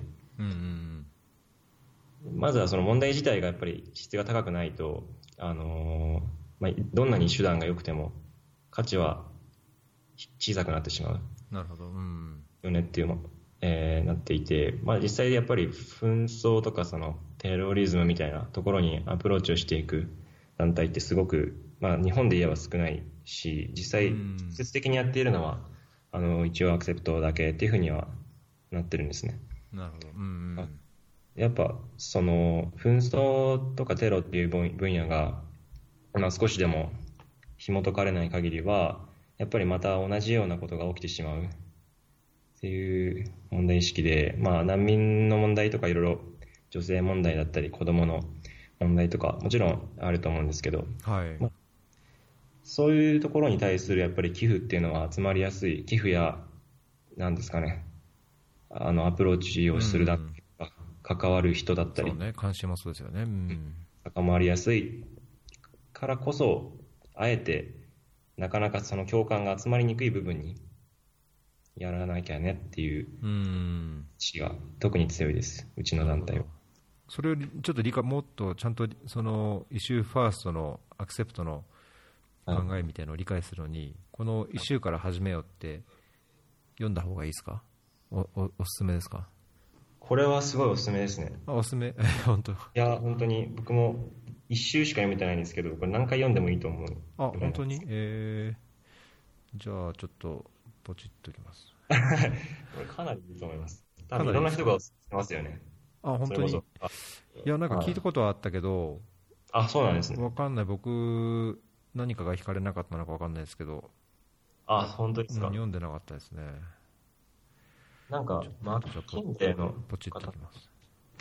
まずはその問題自体がやっぱり質が高くないと、まあ、どんなに手段が良くても価値は小さくなってしまう。 なるほど。 よねっていうの、なっていて、まあ、実際やっぱり紛争とかそのテロリズムみたいなところにアプローチをしていく団体ってすごく、まあ、日本で言えば少ないし、実際直接的にやっているのは一応アクセプトだけっていうふうにはなってるんですね。 なるほど。 やっぱその紛争とかテロっていう分野が、まあ、少しでも紐解かれない限りはやっぱりまた同じようなことが起きてしまうっていう問題意識で、まあ、難民の問題とかいろいろ女性問題だったり子供の問題とかもちろんあると思うんですけど、まあ、そういうところに対するやっぱり寄付っていうのは集まりやすい、寄付やなんですかね、アプローチをするだけが関わる人だったり、 そうね、関心もそうですよね。 関わりやすいからこそあえてなかなかその共感が集まりにくい部分にやらなきゃねっていう意識が特に強いです、うちの団体は。 それをちょっともっとちゃんとそのイシューファーストのアクセプトの考えみたいなのを理解するのに、このイシューから始めようって読んだ方がいいですか？おすすめですか？ これはすごいおすすめですね。 おすすめ本当？いや本当に僕も一周しか読めてないんですけど、これ何回読んでもいいと思う。 本当に？じゃあちょっとポチッときますこれかなりいいと思います。多分いろんな人がおすすめしてますよね。 本当に？いや、なんか聞いたことはあったけど、 そうなんですね。 わかんない。僕何かが惹かれなかったのかわかんないですけど、 本当ですか？ 読んでなかったですね。 なんかマッキンゼのポチッときます。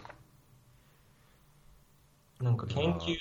なんか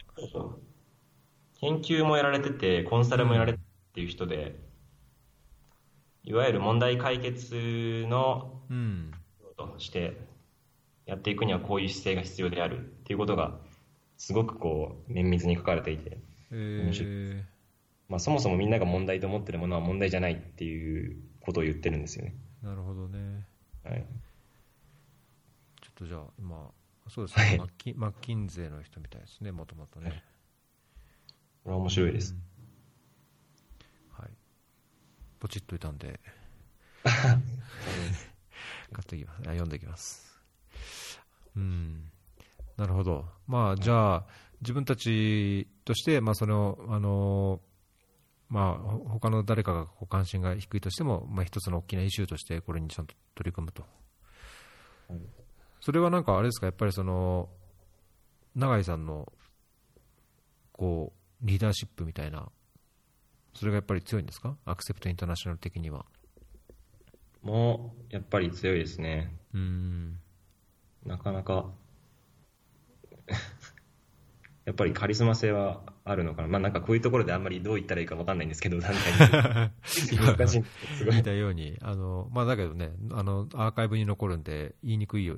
研究もやられててコンサルもやられてっていう人で、いわゆる問題解決のとしてやっていくにはこういう姿勢が必要であるっていうことがすごくこう綿密に書かれていて面白い。まあ、そもそもみんなが問題と思ってるものは問題じゃないっていうことを言ってるんですよね。 なるほどね。 はい、 ちょっとじゃあ今そうですね、マッキンゼーの人みたいですね、もともとね。 これは面白いです。 はい。ポチッといたんで買ってきます。読んできます。なるほど。まあじゃあ自分たちとして、まあそのまあ他の誰かが関心が低いとしても、まあ一つの大きなイシューとしてこれにちゃんと取り組むと。それはなんかあれですか、やっぱりその永井さんのこうリーダーシップみたいな、それがやっぱり強いんですか？アクセプトインターナショナル的には。 もうやっぱり強いですね。なかなかやっぱりカリスマ性はあるのかな。まあなんかこういうところであんまりどう言ったらいいか分かんないんですけど、団体に難しい。すごい。 言ったようにまあだけどね、アーカイブに残るんで言いにくいよ。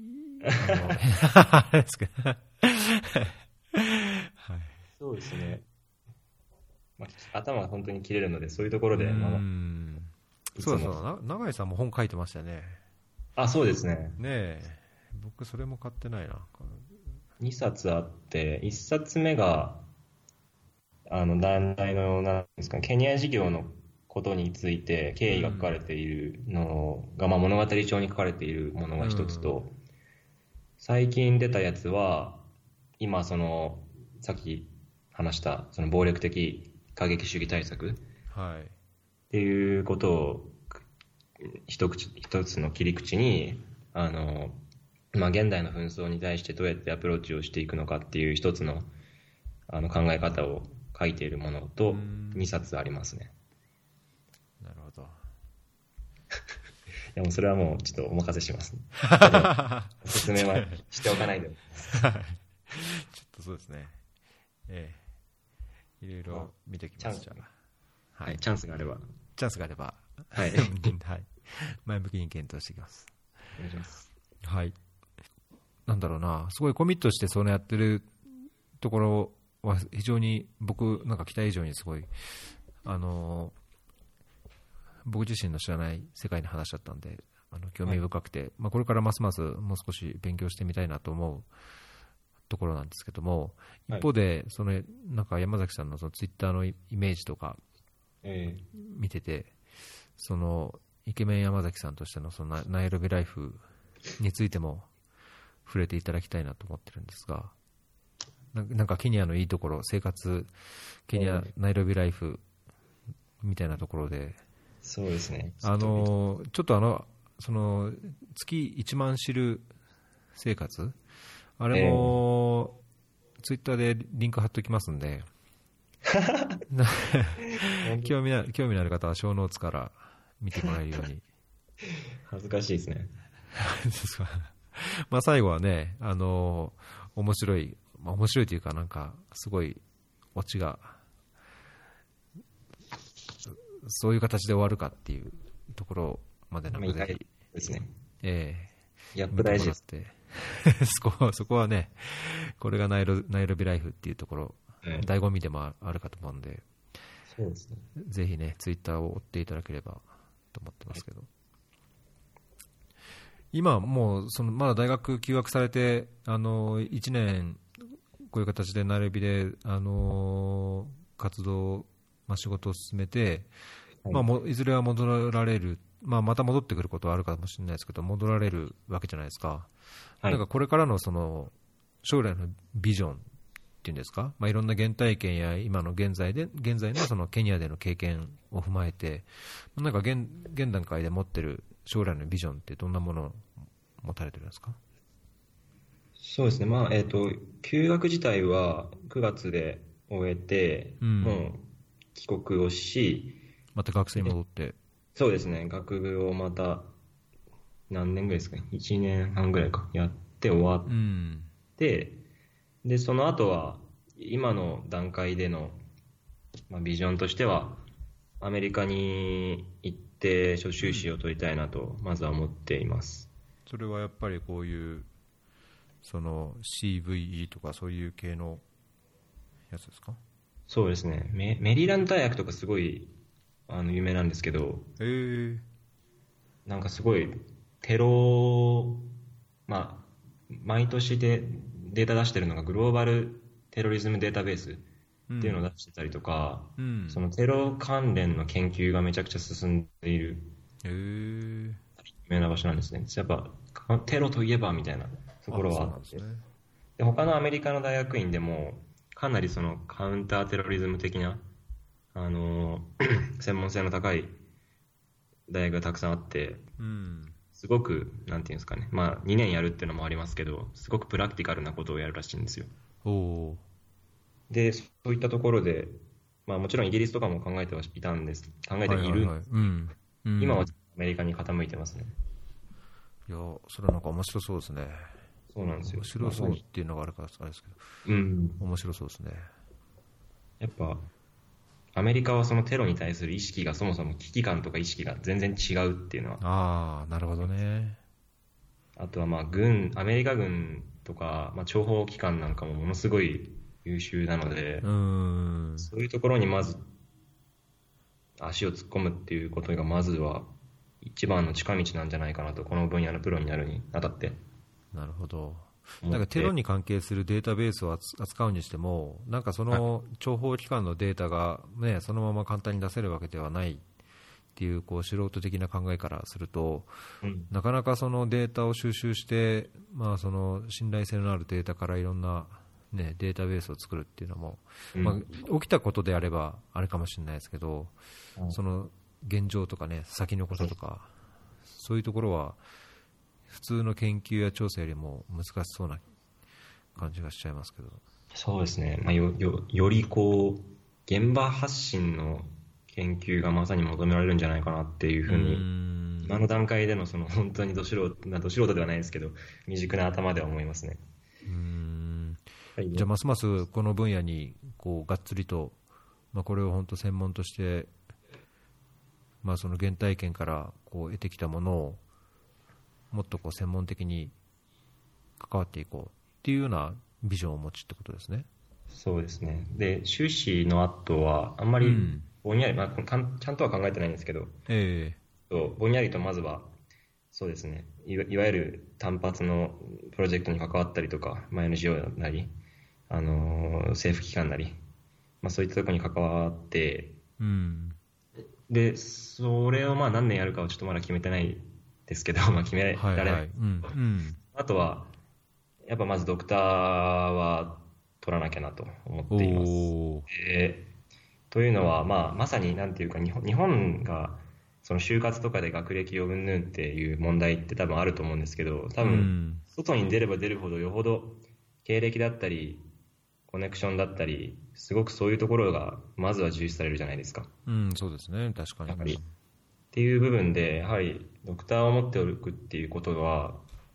あれですけど。はい。 そうですね。 頭が本当に切れるので、そういうところで、 そうそう、永井さんも本書いてましたよね。 そうですね。 ねえ、僕それも買ってないな。 2冊あって、1冊目が団体のなんですか、ケニア事業のことについて経緯が書かれているのが、物語帳に書かれているものが一つと、最近出たやつは今さっき話したその暴力的過激主義対策っていうことを一つの切り口に現代の紛争に対してどうやってアプローチをしていくのかっていう一つの考え方を書いているものと2冊ありますね。 なるほど。 でもそれはもうちょっとお任せします、ね、説明はしておかないでちょっとそうですね、いろいろ見てきます。じゃあ、はい、チャンスがあればはい、はい、前向きに検討していきます。 お願いします。 はい、なんだろうな、すごいコミットしてそのやってるところは非常に僕なんか期待以上にすごい僕自身の知らない世界の話だったんで興味深くて、これからますますもう少し勉強してみたいなと思うところなんですけども、一方でなんか山崎さんのそのツイッターのイメージとか見てて、そのイケメン山崎さんとしてのそのナイロビライフについても触れていただきたいなと思ってるんですが、なんかケニアのいいところ、生活、ケニアナイロビライフみたいなところで、 そうですね、 ちょっとその月1万シル生活、あれもツイッターでリンク貼っておきますんで興味のある方はショーノーツから見てもらえるように。 恥ずかしいですね最後はね、面白いというか、なんかすごいオチがそういう形で終わるかっていうところまでなんかぜひですね。 やっぱ大事ですそこはね、これがナイロビライフっていうところ、醍醐味でもあるかと思うんで、 そうですね、 ぜひねツイッターを追っていただければと思ってますけど、今もうまだ大学休学されて1年こういう形でナイロビで活動、仕事を進めて、いずれは戻られる、また戻ってくることはあるかもしれないですけど、戻られるわけじゃないですか。なんかこれからの将来のビジョンっていうんですか、いろんな原体験や今の現在のそのケニアでの経験を踏まえて、なんか現段階で持ってる将来のビジョンってどんなものを持たれてるんですか？ そうですね、休学自体は9月で終えて、もう帰国をし、 また学生に戻って、 そうですね、学部をまた何年ぐらいですかね、1年半ぐらいかやって終わって、でその後は今の段階での、ビジョンとしてはアメリカに行って修士を取りたいなとまずは思っています。 それはやっぱりこういうCVE とかそういう系のやつですか？ そうですね、メリーランド大学とかすごい有名なんですけど、なんかすごいテロ、毎年でデータ出してるのがグローバルテロリズムデータベースっていうのを出してたりとか、そのテロ関連の研究がめちゃくちゃ進んでいる有名な場所なんですね。やっぱテロといえばみたいなところはあって、で他のアメリカの大学院でもかなりそのカウンターテロリズム的な専門性の高い大学がたくさんあって、すごくなんていうんですかね、2年やるっていうのもありますけど、すごくプラクティカルなことをやるらしいんですよ。でそういったところで、もちろんイギリスとかも考えている、今はアメリカに傾いてますね。 いや、それはなんか面白そうですね。 そうなんですよ。 面白そうっていうのがあるからあれですけど、面白そうですね。 やっぱアメリカはそのテロに対する意識が、そもそも危機感とか意識が全然違うっていうのは。 なるほどね。 あとはアメリカ軍とか、諜報機関なんかもものすごい優秀なので、そういうところにまず足を突っ込むっていうことがまずは一番の近道なんじゃないかなと、この分野のプロになるにあたって。 なるほど。なんかテロに関係するデータベースを扱うにしても、なんかその諜報機関のデータが、ね、そのまま簡単に出せるわけではないっていう、素人的な考えからすると、なかなかそのデータを収集して、その信頼性のあるデータからいろんな、データベースを作るっていうのも、起きたことであればあれかもしれないですけど、その現状とかね、先のこととか、そういうところは普通の研究や調査よりも難しそうな感じがしちゃいますけど。 そうですね、より現場発信の研究がまさに求められるんじゃないかなっていうふうに、今の段階での本当にど素人ではないですけど、未熟な頭では思いますね。 じゃあますますこの分野にがっつりと、これを本当専門として、その原体験から得てきたものをもっと専門的に関わっていこうっていうようなビジョンをお持ちってことですね。 そうですね。で、修士の後はあんまりぼんやり、ちゃんとは考えてないんですけど、ぼんやりとまずはそうですね、いわゆる単発のプロジェクトに関わったりとか、NGO なり、政府機関なり、そういったところに関わって、でそれを何年やるかはちょっとまだ決めてないですけど、決められない。あとはやっぱまずドクターは取らなきゃなと思っています。というのは、まさになんていうか、日本がその就活とかで学歴をうんぬんっていう問題って多分あると思うんですけど、多分外に出れば出るほどよほど経歴だったりコネクションだったり、すごくそういうところがまずは重視されるじゃないですか。 そうですね、確かに。 やはりっていう部分で、やはりドクターを持っておくっていうことは、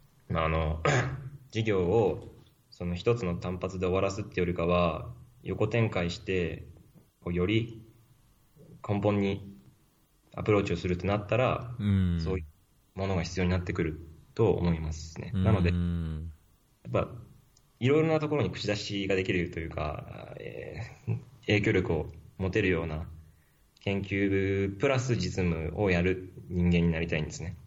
事業をその一つの単発で終わらすっていうよりかは、横展開してより根本にアプローチをするとなったら、そういうものが必要になってくると思いますね。なのでやっぱいろいろなところに口出しができるというか、影響力を持てるような研究プラス実務をやる人間になりたいんですね。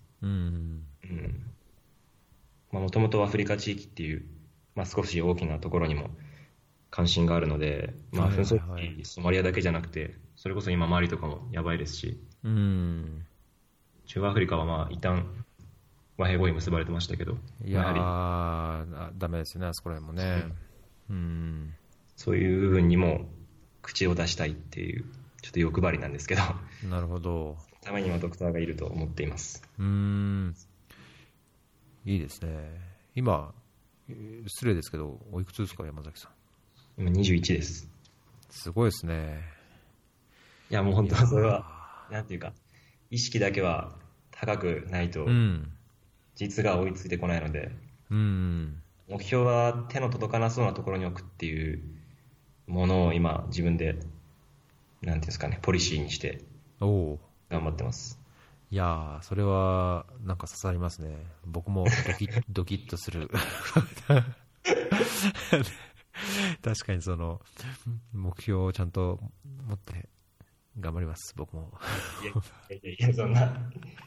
もともとアフリカ地域っていう、少し大きなところにも関心があるので、紛争ソマリアだけじゃなくて、それこそ今マリとかもやばいですし、中アフリカは一旦和平合意結ばれてましたけど、 ダメですね、あそこら辺もね。 そういう部分にも口を出したいっていう、ちょっと欲張りなんですけど、 なるほど。 ためにはドクターがいると思っています。 いいですね。今、失礼ですけど、おいくつですか、山崎さん。 今21です。 すごいですね。 いや、もう本当はそれは、なんていうか、意識だけは高くないと、実が追いついてこないので、目標は手の届かなそうなところに置くっていうものを今自分でなんていうんですかね、ポリシーにして頑張ってます。 いやー、それはなんか刺さりますね。僕もドキッとする確かにその目標をちゃんと持って頑張ります、僕も。 いやそんな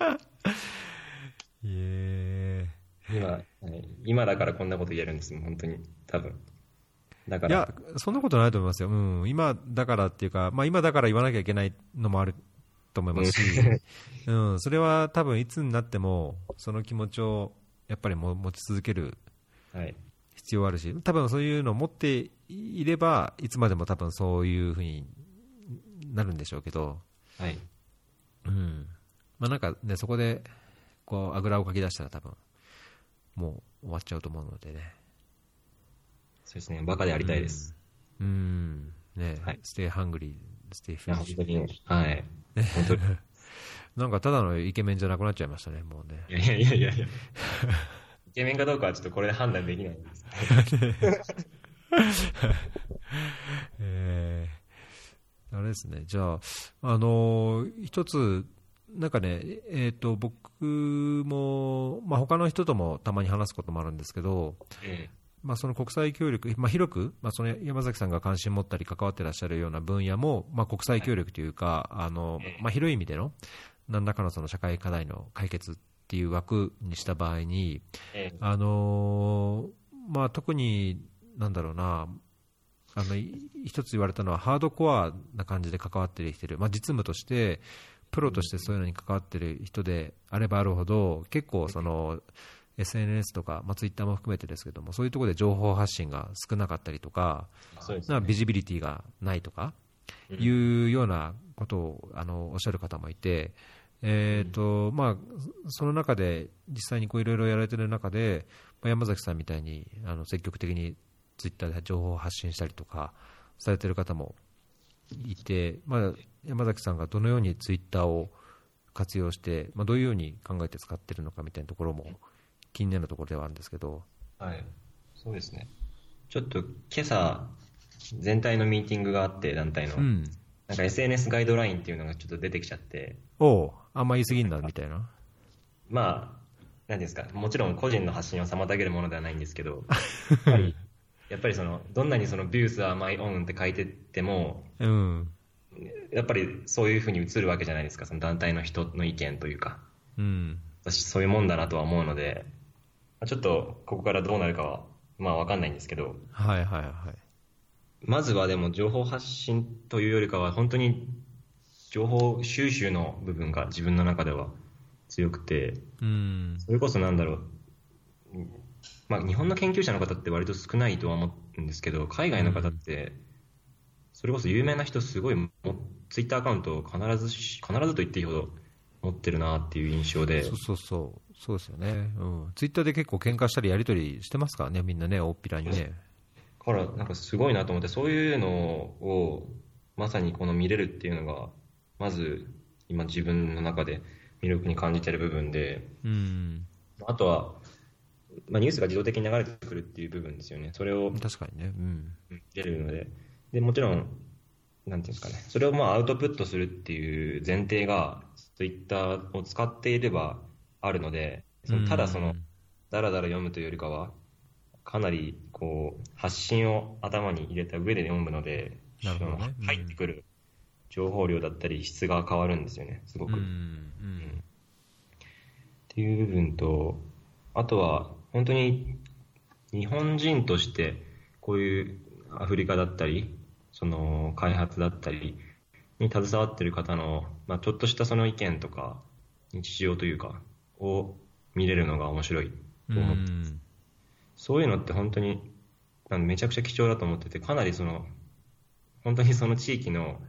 今だからこんなこと言えるんですもん、本当に。多分だから、 いや、そんなことないと思いますよ。今だからっていうか、今だから言わなきゃいけないのもあると思いますし、それは多分いつになってもその気持ちをやっぱり持ち続ける必要あるし、多分そういうのを持っていればいつまでも多分そういうふうになるんでしょうけど、なんかね、そこであぐらをかき出したら多分もう終わっちゃうと思うのでね。 そうですね、バカでありたいです。 ステイハングリー、ステイフィニッシュ。 本当に、はい。本当になんかただのイケメンじゃなくなっちゃいましたね、もうね。 いやイケメンかどうかはちょっとこれで判断できないんです。 あれですね、じゃあ、一つ、なんかね、僕も、他の人ともたまに話すこともあるんですけど、 その国際協力、広く、その山崎さんが関心を持ったり関わっていらっしゃるような分野も、国際協力というか、広い意味での何らかのその社会課題の解決っていう枠にした場合に、特になんだろうな、一つ言われたのはハードコアな感じで関わってきている、実務としてプロとしてそういうのに関わっている人であればあるほど、結構その SNS とか、ツイッターも含めてですけども、そういうところで情報発信が少なかったりとか、ビジビリティがないとかいうようなことをおっしゃる方もいて、その中で実際にいろいろやられている中で、山崎さんみたいに積極的にツイッターで情報を発信したりとかされている方もいて、山崎さんがどのようにツイッターを活用して、どういうように考えて使っているのかみたいなところも気になるところではあるんですけど。 はい、そうですね。ちょっと今朝全体のミーティングがあって、団体の、なんか SNS ガイドラインっていうのがちょっと出てきちゃって、 あんま言い過ぎんなみたいな。 何ですか、もちろん個人の発信を妨げるものではないんですけどやっぱりどんなにviews are my own って書いてても、やっぱりそういうふうに映るわけじゃないですか、その団体の人の意見というか、私そういうもんだなとは思うので、ちょっとここからどうなるかは分かんないんですけど、まずはでも情報発信というよりかは本当に情報収集の部分が自分の中では強くて、それこそなんだろう、日本の研究者の方って割と少ないとは思うんですけど、海外の方ってそれこそ有名な人すごいツイッターアカウントを必ずと言っていいほど持ってるなっていう印象で。 そうですよね、ツイッターで結構喧嘩したりやり取りしてますからね、みんなね、大っぴらにね。 だからなんかすごいなと思って、そういうのをまさに見れるっていうのがまず今自分の中で魅力に感じている部分で、あとは、ニュースが自動的に流れてくるっていう部分ですよね。それを確かにね、 出るので、もちろんなんていうんですかね、それをアウトプットするっていう前提がツイッターを使っていればあるので、ただだらだら読むというよりかはかなり発信を頭に入れた上で読むので、入ってくる情報量だったり質が変わるんですよね、すごく。っていう部分と、あとは本当に日本人としてこういうアフリカだったり開発だったりに携わっている方の、ちょっとしたその意見とか日常というかを見れるのが面白いと思ってます。そういうのって本当にめちゃくちゃ貴重だと思ってて、かなり本当にその地域の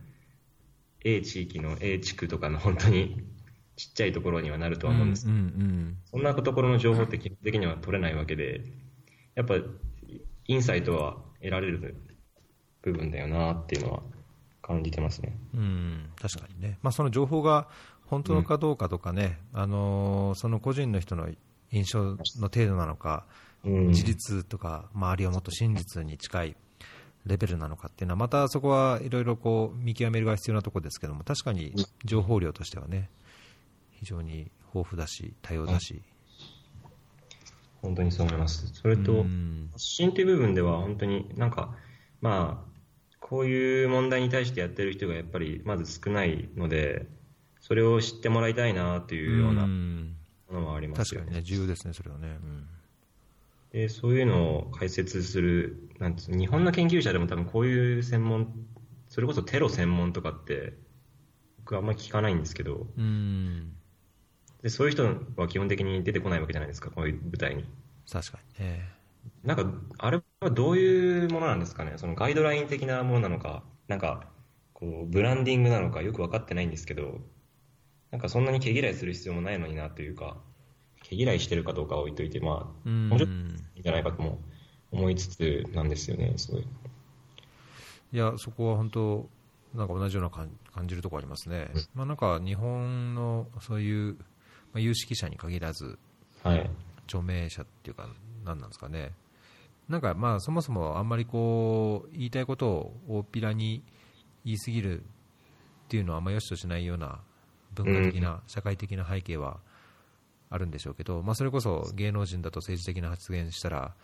A 地域の A 地区とかの本当にちっちゃいところにはなるとは思うんですけど、そんなところの情報って基本的には取れないわけで、やっぱインサイトは得られる部分だよなっていうのは感じてますね。 確かにね、その情報が本当のかどうかとかね、その個人の人の印象の程度なのか、事実とか、あるいはもっと真実に近いレベルなのかっていうのは、またそこはいろいろ見極めるが必要なところですけども、確かに情報量としてはね、非常に豊富だし多様だし、 本当にそう思います。それと発信という部分では本当にこういう問題に対してやってる人がやっぱりまず少ないので、それを知ってもらいたいなというようなものもありますよね。 確かにね、重要ですね、それはね。 でそういうのを解説する日本の研究者でも多分こういう専門、それこそテロ専門とかって僕はあんまり聞かないんですけど、でそういう人は基本的に出てこないわけじゃないですか、こういう舞台に。 確かにね。 なんかあれはどういうものなんですかね、そのガイドライン的なものなのか、ブランディングなのかよく分かってないんですけど、そんなに毛嫌いする必要もないのになというか、毛嫌いしてるかどうかは置いといて、もうちょっといいんじゃないかとも思いつつなんですよね、すごい。 いや、そこは本当同じような感じるところありますね。日本のそういう有識者に限らず、著名者っていうか何なんですかね、そもそもあんまり言いたいことを大っぴらに言い過ぎるっていうのはあんまり良しとしないような文化的な、社会的な背景はあるんでしょうけど、それこそ芸能人だと政治的な発言したら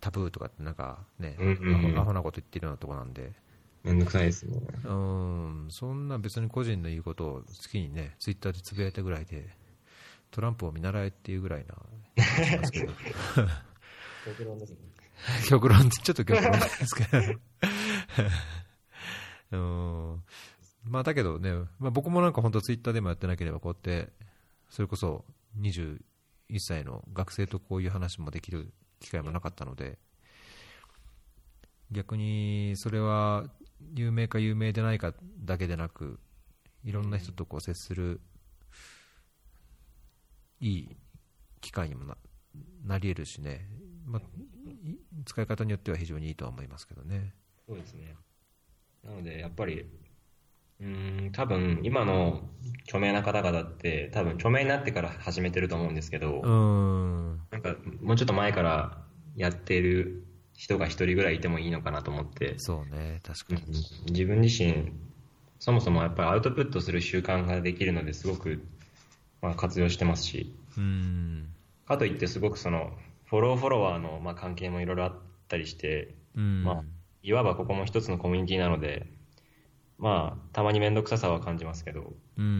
タブーとかってなんかね、アうんうんうん、 ホなこと言ってるようなとこなんで、 めんどくさいですね。 そんな別に個人の言うことを好きにね、ツイッターでつぶやいたぐらいで、トランプを見習えっていうぐらいな気がしますけど。 極論ですね。 極論、ちょっと極論ですけど。まあだけどね、まあ、僕もなんか本当ツイッターでもやってなければこうやってそれこそ21歳の学生とこういう話もできる機会もなかったので、逆にそれは有名か有名でないかだけでなく、いろんな人とこう接するいい機会にもなり得るしね、まあ、使い方によっては非常にいいとは思いますけどね。 そうですね。なのでやっぱり多分今の著名な方々って多分著名になってから始めてると思うんですけど、なんかもうちょっと前からやってる人が一人ぐらいいてもいいのかなと思って。 そうね、確かに、 自分自身そもそもやっぱりアウトプットする習慣ができるのですごく、まあ、活用してますし、かといってすごくそのフォロワーのまあ関係もいろいろあったりして、まあ、いわばここも一つのコミュニティなので、まあ、たまに面倒くささは感じますけど、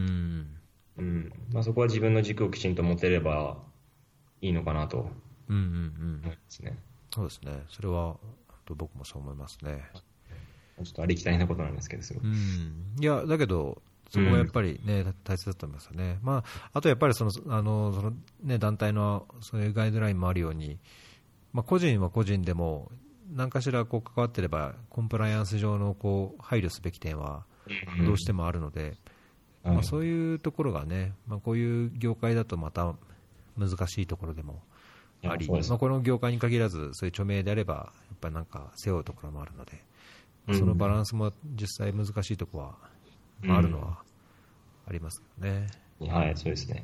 まあ、そこは自分の軸をきちんと持てればいいのかなと思いますね。 そうですね。それは僕もそう思いますね。 ちょっとありきたりなことなんですけど、すごい。 いやだけどそこはやっぱりね、大切だと思いますよね。まあ、あとやっぱりそのね、団体のそういうガイドラインもあるように、まあ、個人は個人でも何かしらこう関わっていればコンプライアンス上のこう配慮すべき点はどうしてもあるので、まあ、そういうところがね、まあ、こういう業界だとまた難しいところでもあり、まあ、この業界に限らずそういう著名であればやっぱりなんか背負うところもあるので、そのバランスも実際難しいところは、まあ、あるのはありますけどね。 はい、そうですね。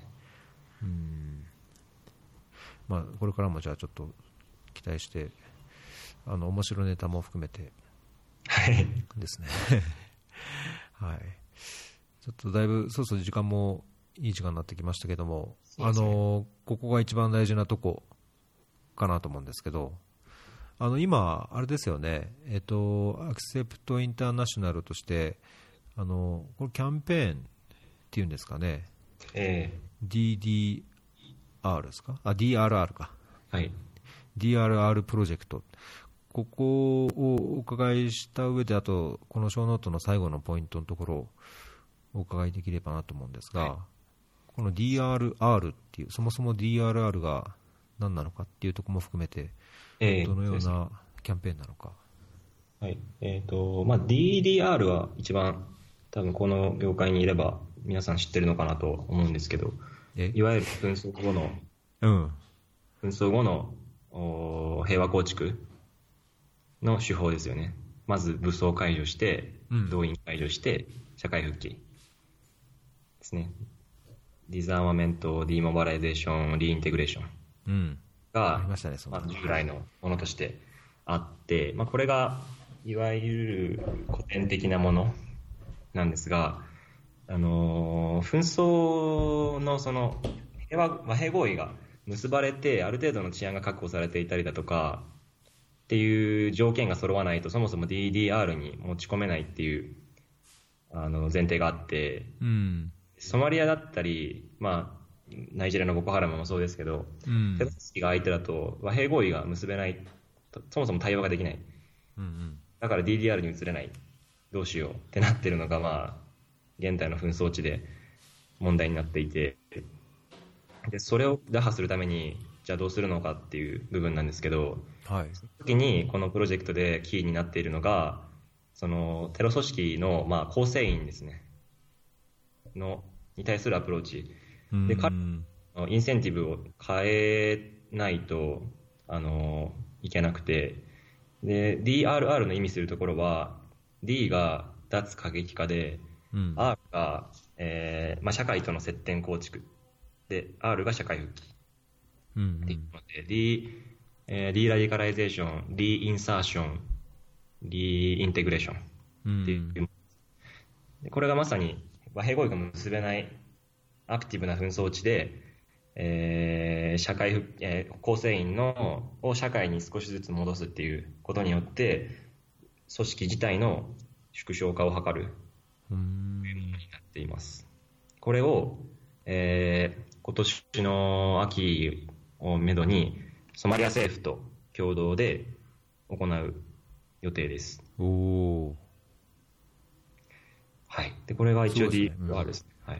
まあ、これからもじゃあちょっと期待して面白ネタも含めてですねはい、ちょっとだいぶそうそう時間もいい時間になってきましたけども、ここが一番大事なとこかなと思うんですけど、今あれですよね、アクセプトインターナショナルとしてこれキャンペーンっていうんですかね、DDR ですか、DRR か、 はい、 DRR プロジェクト、ここをお伺いした上で、あとこのショーノートの最後のポイントのところをお伺いできればなと思うんですが、はい、この DRR っていう、そもそも DRR が何なのかっていうところも含めて、どのようなキャンペーンなのか。 はい、まあ、DDR は一番多分この業界にいれば皆さん知ってるのかなと思うんですけど、いわゆる紛争後の平和構築の手法ですよね。まず武装解除して、動員解除して社会復帰ですね。ディザーマメント、ディモバライゼーション、リインテグレーションが、従来のものとしてあって、まあ、これがいわゆる古典的なものなんですが、紛争のその和平合意が結ばれてある程度の治安が確保されていたりだとかっていう条件が揃わないと、そもそも DDR に持ち込めないっていう前提があって、ソマリアだったり、まあ、ナイジェリアのボコハラムもそうですけど、テロ組織が相手だと和平合意が結べない、そもそも対話ができない、だから DDR に移れない、どうしようってなってるのが、まあ、現代の紛争地で問題になっていて、でそれを打破するためにじゃあどうするのかっていう部分なんですけど、その時にこのプロジェクトでキーになっているのが、そのテロ組織のまあ構成員ですねに対するアプローチで、彼のインセンティブを変えないといけなくて、で DRR の意味するところは D が脱過激化で、R が、まあ、社会との接点構築で R が社会復帰っていうので、デラディカライゼーション、リインサーション、リインテグレーションっていう、これがまさに和平合意が結べないアクティブな紛争地で、 社会構成員を社会に少しずつ戻すっていうことによって組織自体の縮小化を図るというものになっています。これを、今年の秋をめどにソマリア政府と共同で行う予定です。 おー。 はい。で、これが一応 DRR ですね。はい。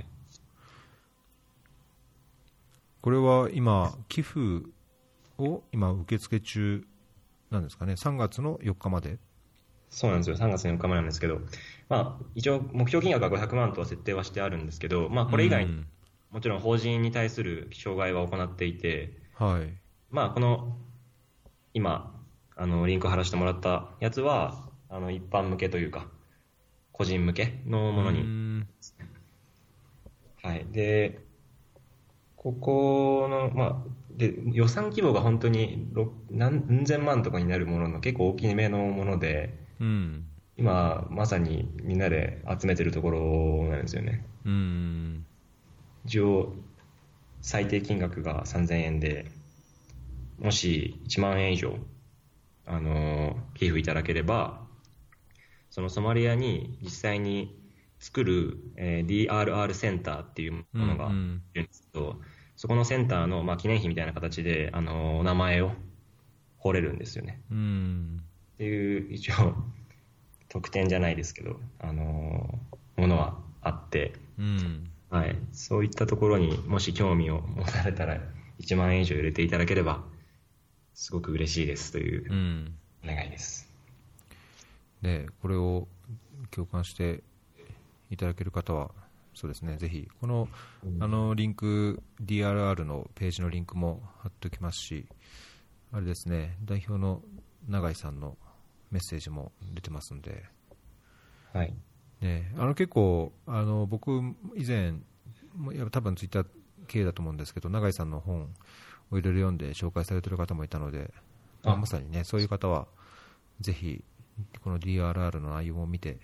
これは今、寄付を今受付中なんですかね。3月の4日まで。 そうなんですよ。3月の4日までなんですけど、まあ、一応目標金額は500万とは設定はしてあるんですけど、まあ、これ以外にもちろん法人に対する障害は行っていて、 はい。 まあ、この今リンクを貼らせてもらったやつは一般向けというか個人向けのものに、はい。でここの、まあ、で予算規模が本当に何千万とかになるものの結構大きめのもので、 うん、 今まさにみんなで集めてるところなんですよね。一応最低金額が3000円で、もし1万円以上寄付いただければ、そのソマリアに実際に作る、DRR センターっていうものがいるんですけど、そこのセンターの、まあ、記念碑みたいな形で名前を彫れるんですよね。っていう一応特典じゃないですけど、ものはあって、はい、そういったところにもし興味を持たれたら1万円以上入れていただければすごく嬉しいですというお願いです。 でこれを共感していただける方はそうですね、ぜひこの、リンク DRR のページのリンクも貼っておきますし、あれですね、代表の永井さんのメッセージも出てますんで、 はいね、結構僕以前多分ツイッター系だと思うんですけど、永井さんの本をいろいろ読んで紹介されている方もいたので、まさにね、そういう方はぜひこの DRR の内容を見て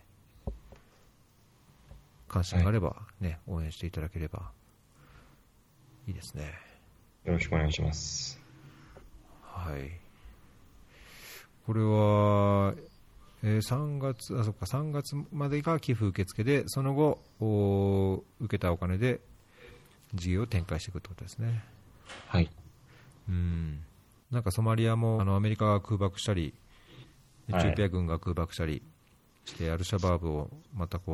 関心があれば、ね、応援していただければいいですね。 よろしくお願いします。 はい。これは、3月までが寄付受付で、その後受けたお金で事業を展開していくということですね。 はい。 なんかソマリアもアメリカが空爆したり、エチオピア軍が空爆したりして、アルシャバーブをまた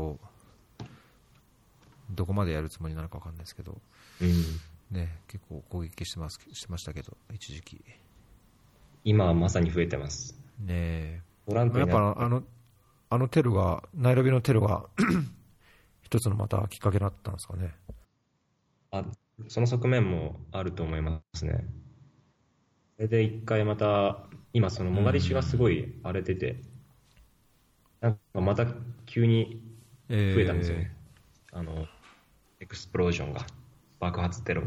どこまでやるつもりなのか分かんないですけど、ね、結構攻撃してましたけど、一時期。 今はまさに増えてます。 ね、やっぱテロが、ナイロビのテロが一つのまたきっかけだったんですかね。 その側面もあると思いますね。それで一回また、今そのモガディシュがすごい荒れてて、なんかまた急に増えたんですよね。エクスプロージョンが、爆発テロが。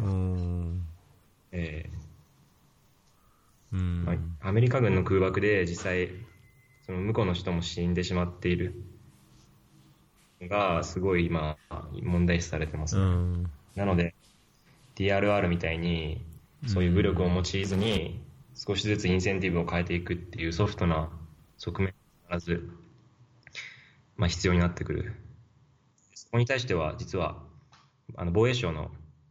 アメリカ軍の空爆で実際その向こうの人も死んでしまっているのがすごい今問題視されてます、ね。なので DRR みたいにそういう武力を用いずに少しずつインセンティブを変えていくっていうソフトな側面が必ず、必要になってくる。そこに対しては実は防衛省の、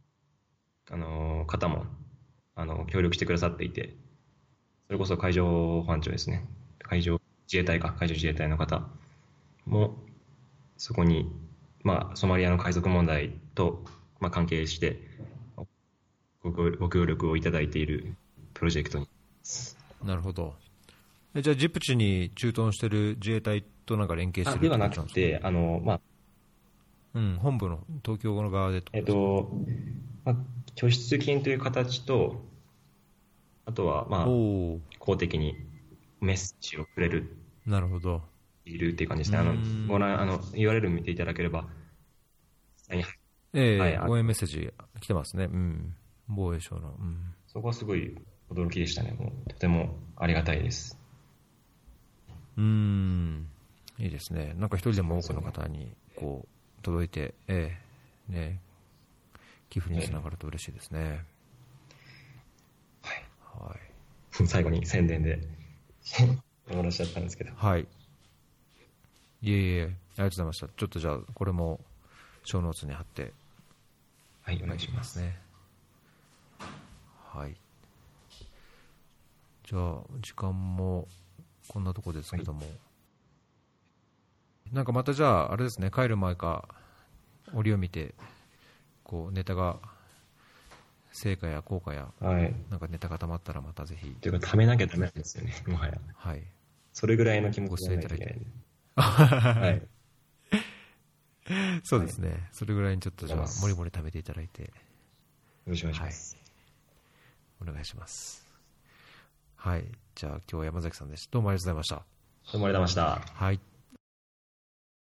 方も協力してくださっていて、それこそ海上保安庁ですね、海上自衛隊の方もそこに、ソマリアの海賊問題と、関係してご協力をいただいているプロジェクトに。 なるほど。じゃあジプチに駐屯している自衛隊となんか連携してるではなくて、 本部の東京の側で拠出金という形と、あとは公的にメッセージをくれる、 なるほど、 いるっていう感じですね。URL 見ていただければ、 応援メッセージ来てますね。防衛省の、 そこはすごい驚きでしたね。もうとてもありがたいです。 いいですね。なんか一人でも多くの方に届いて、寄付につながると嬉しいですね。 はい、 最後に宣伝でおもらしちゃったんですけど。 はい。いえいえ、ありがとうございました。ちょっとじゃあ、これも、ショーノーツに貼って、 はい、お願いしますね。はい。じゃあ、時間も、こんなとこですけども、はい、なんかまたじゃあ、あれですね、帰る前か、折を見て、こう、ネタが、成果や効果や、 はい、 なんかネタがたまったらまたぜひ。 というか、貯めなきゃダメなんですよね、もはや。 はい。 それぐらいの気持ちでないといけないんで。 はい。そうですね、はい、それぐらいにちょっとじゃあ、もりもり貯めていただいて。よろしくお願いします。 はい、お願いします。はい。じゃあ、今日は山崎さんでした。どうもありがとうございました。 どうもありがとうございました。 はい。